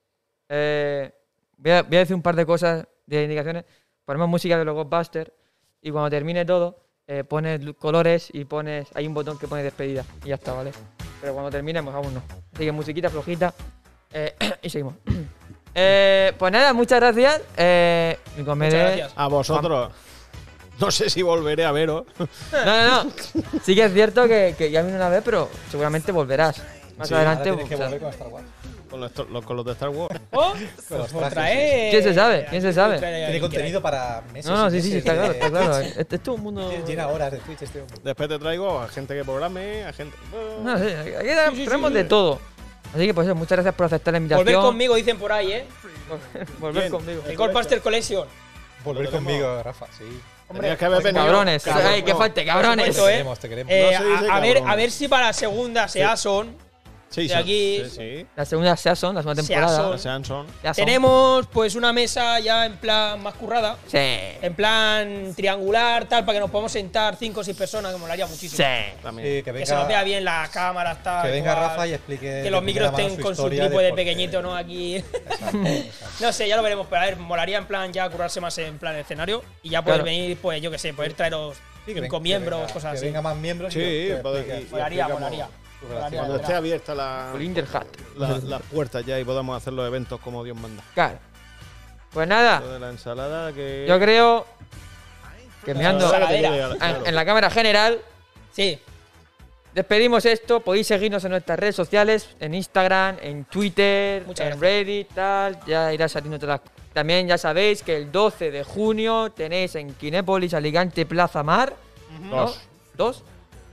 voy a decir un par de cosas, de indicaciones. Ponemos música de los Ghostbusters y cuando termine todo, pones colores y pones. Hay un botón que pone despedida y ya está, ¿vale? Pero cuando terminemos, aún no. Así que musiquita flojita y seguimos. Pues nada, muchas gracias. Mi comer Muchas es- gracias. A vosotros. No sé si volveré a veros. No. Sí que es cierto que ya vine una vez, pero seguramente volverás. Más Sí, adelante. Ahora tienes que o sea, volver con Star Wars. Con los de Star Wars. ¡Oh! Con los Pues trajes, trae- ¿Quién se sabe? ¿Quién se sabe? trae- Tiene contenido para meses. no, y sí, meses está de- claro, está claro. Este es todo un mundo. Llena horas de Twitch este hombre. Después te traigo a gente que programe, a gente. No sé, aquí tenemos de todo. Así que pues eso, muchas gracias por aceptar la invitación. Volver conmigo, dicen por ahí, ¿eh? Volver Bien. conmigo. El Ghostbuster Collection. Volver tenemos. conmigo, Rafa, sí. Tenías que haber venido. Cabrones, Cabrón, ay, que no. falte, cabrones. Por supuesto, ¿eh? Te queremos. Eh, No se dice a ver, cabrones. a ver si para la segunda Season Sí, de sí. aquí- Sí. La segunda Season, la segunda temporada. Season. Samson. Season. tenemos pues una mesa ya en plan más currada. Sí. En plan triangular, tal, para que nos podamos sentar 5 o 6 personas, que molaría muchísimo. Sí. También. Sí, Que se nos vea bien las cámaras, tal. Que venga cual. Rafa y explique. Que los de micros primera mano estén con su historia de trípode por qué. pequeñito, ¿no? Aquí. Exacto, exacto. No sé, ya lo veremos, pero a ver, molaría en plan ya currarse más en plan escenario y ya poder Claro. venir, pues yo qué sé, poder traeros Sí, 5 miembros, cosas que así. venga más miembros. Sí, y que poder- explique. y- Molaría, explicamos molaría. su Molaría, relación. Cuando de esté verdad. abierta las puertas ya y podamos hacer los eventos como Dios manda. Claro. Pues nada, Lo de la ensalada que. yo creo que mirando ensalada que te Saladera. quede, claro. en la cámara general, Sí, despedimos esto. Podéis seguirnos en nuestras redes sociales, en Instagram, en Twitter, Muchas en gracias. Reddit, tal. Ya irá saliendo todas las. También ya sabéis que el 12 de junio tenéis en Kinépolis, Alicante, Plaza Mar. ¿no? Dos. ¿Dos?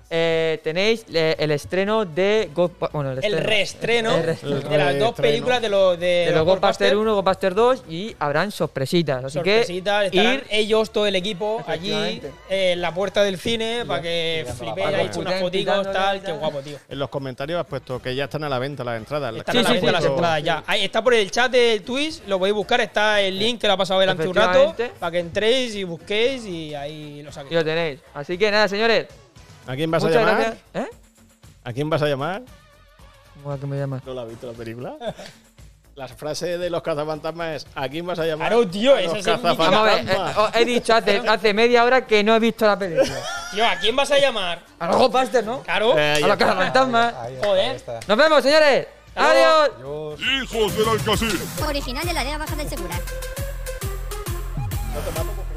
tenéis el estreno de El reestreno El reestreno. de las dos películas de los Ghostbusters 1, Ghostbusters 2 y habrán sorpresitas. Así sorpresitas, que estarán ir ellos, todo el equipo, allí Efectivamente. en la puerta del cine para que mirando la flipéis pantalla. ahí con unas fotitos, tal. Quitándole, Qué guapo, tío. En los comentarios has puesto que ya están a la venta las entradas. Están Sí, a la sí, venta sí, las sí. entradas ya. Ahí está por el chat de Twitch, lo podéis buscar, está el link que lo ha pasado delante un rato, Efectivamente. para que entréis y busquéis y ahí lo y saquéis. lo tenéis. Así que nada, señores. ¿A quién vas a Muchas llamar? gracias. ¿Eh? ¿A quién vas a llamar? ¿Cómo es que me llamas? ¿No la has visto la película? La frase de los cazafantasmas es ¿a quién vas a llamar? Claro, tío, A esa los es el mítico. Vamos a ver, cazafantasmas. os he dicho hace media hora que no he visto la película. Tío, ¿a quién vas a llamar? A los Ghostbusters, ¿no? Claro. Ahí A los está. cazafantasmas. Ahí está, Joder. ahí está. Nos vemos, señores. Hasta luego. Adiós. Adiós. Hijos del Alcacil. Original de la área baja del Segura. No te mato,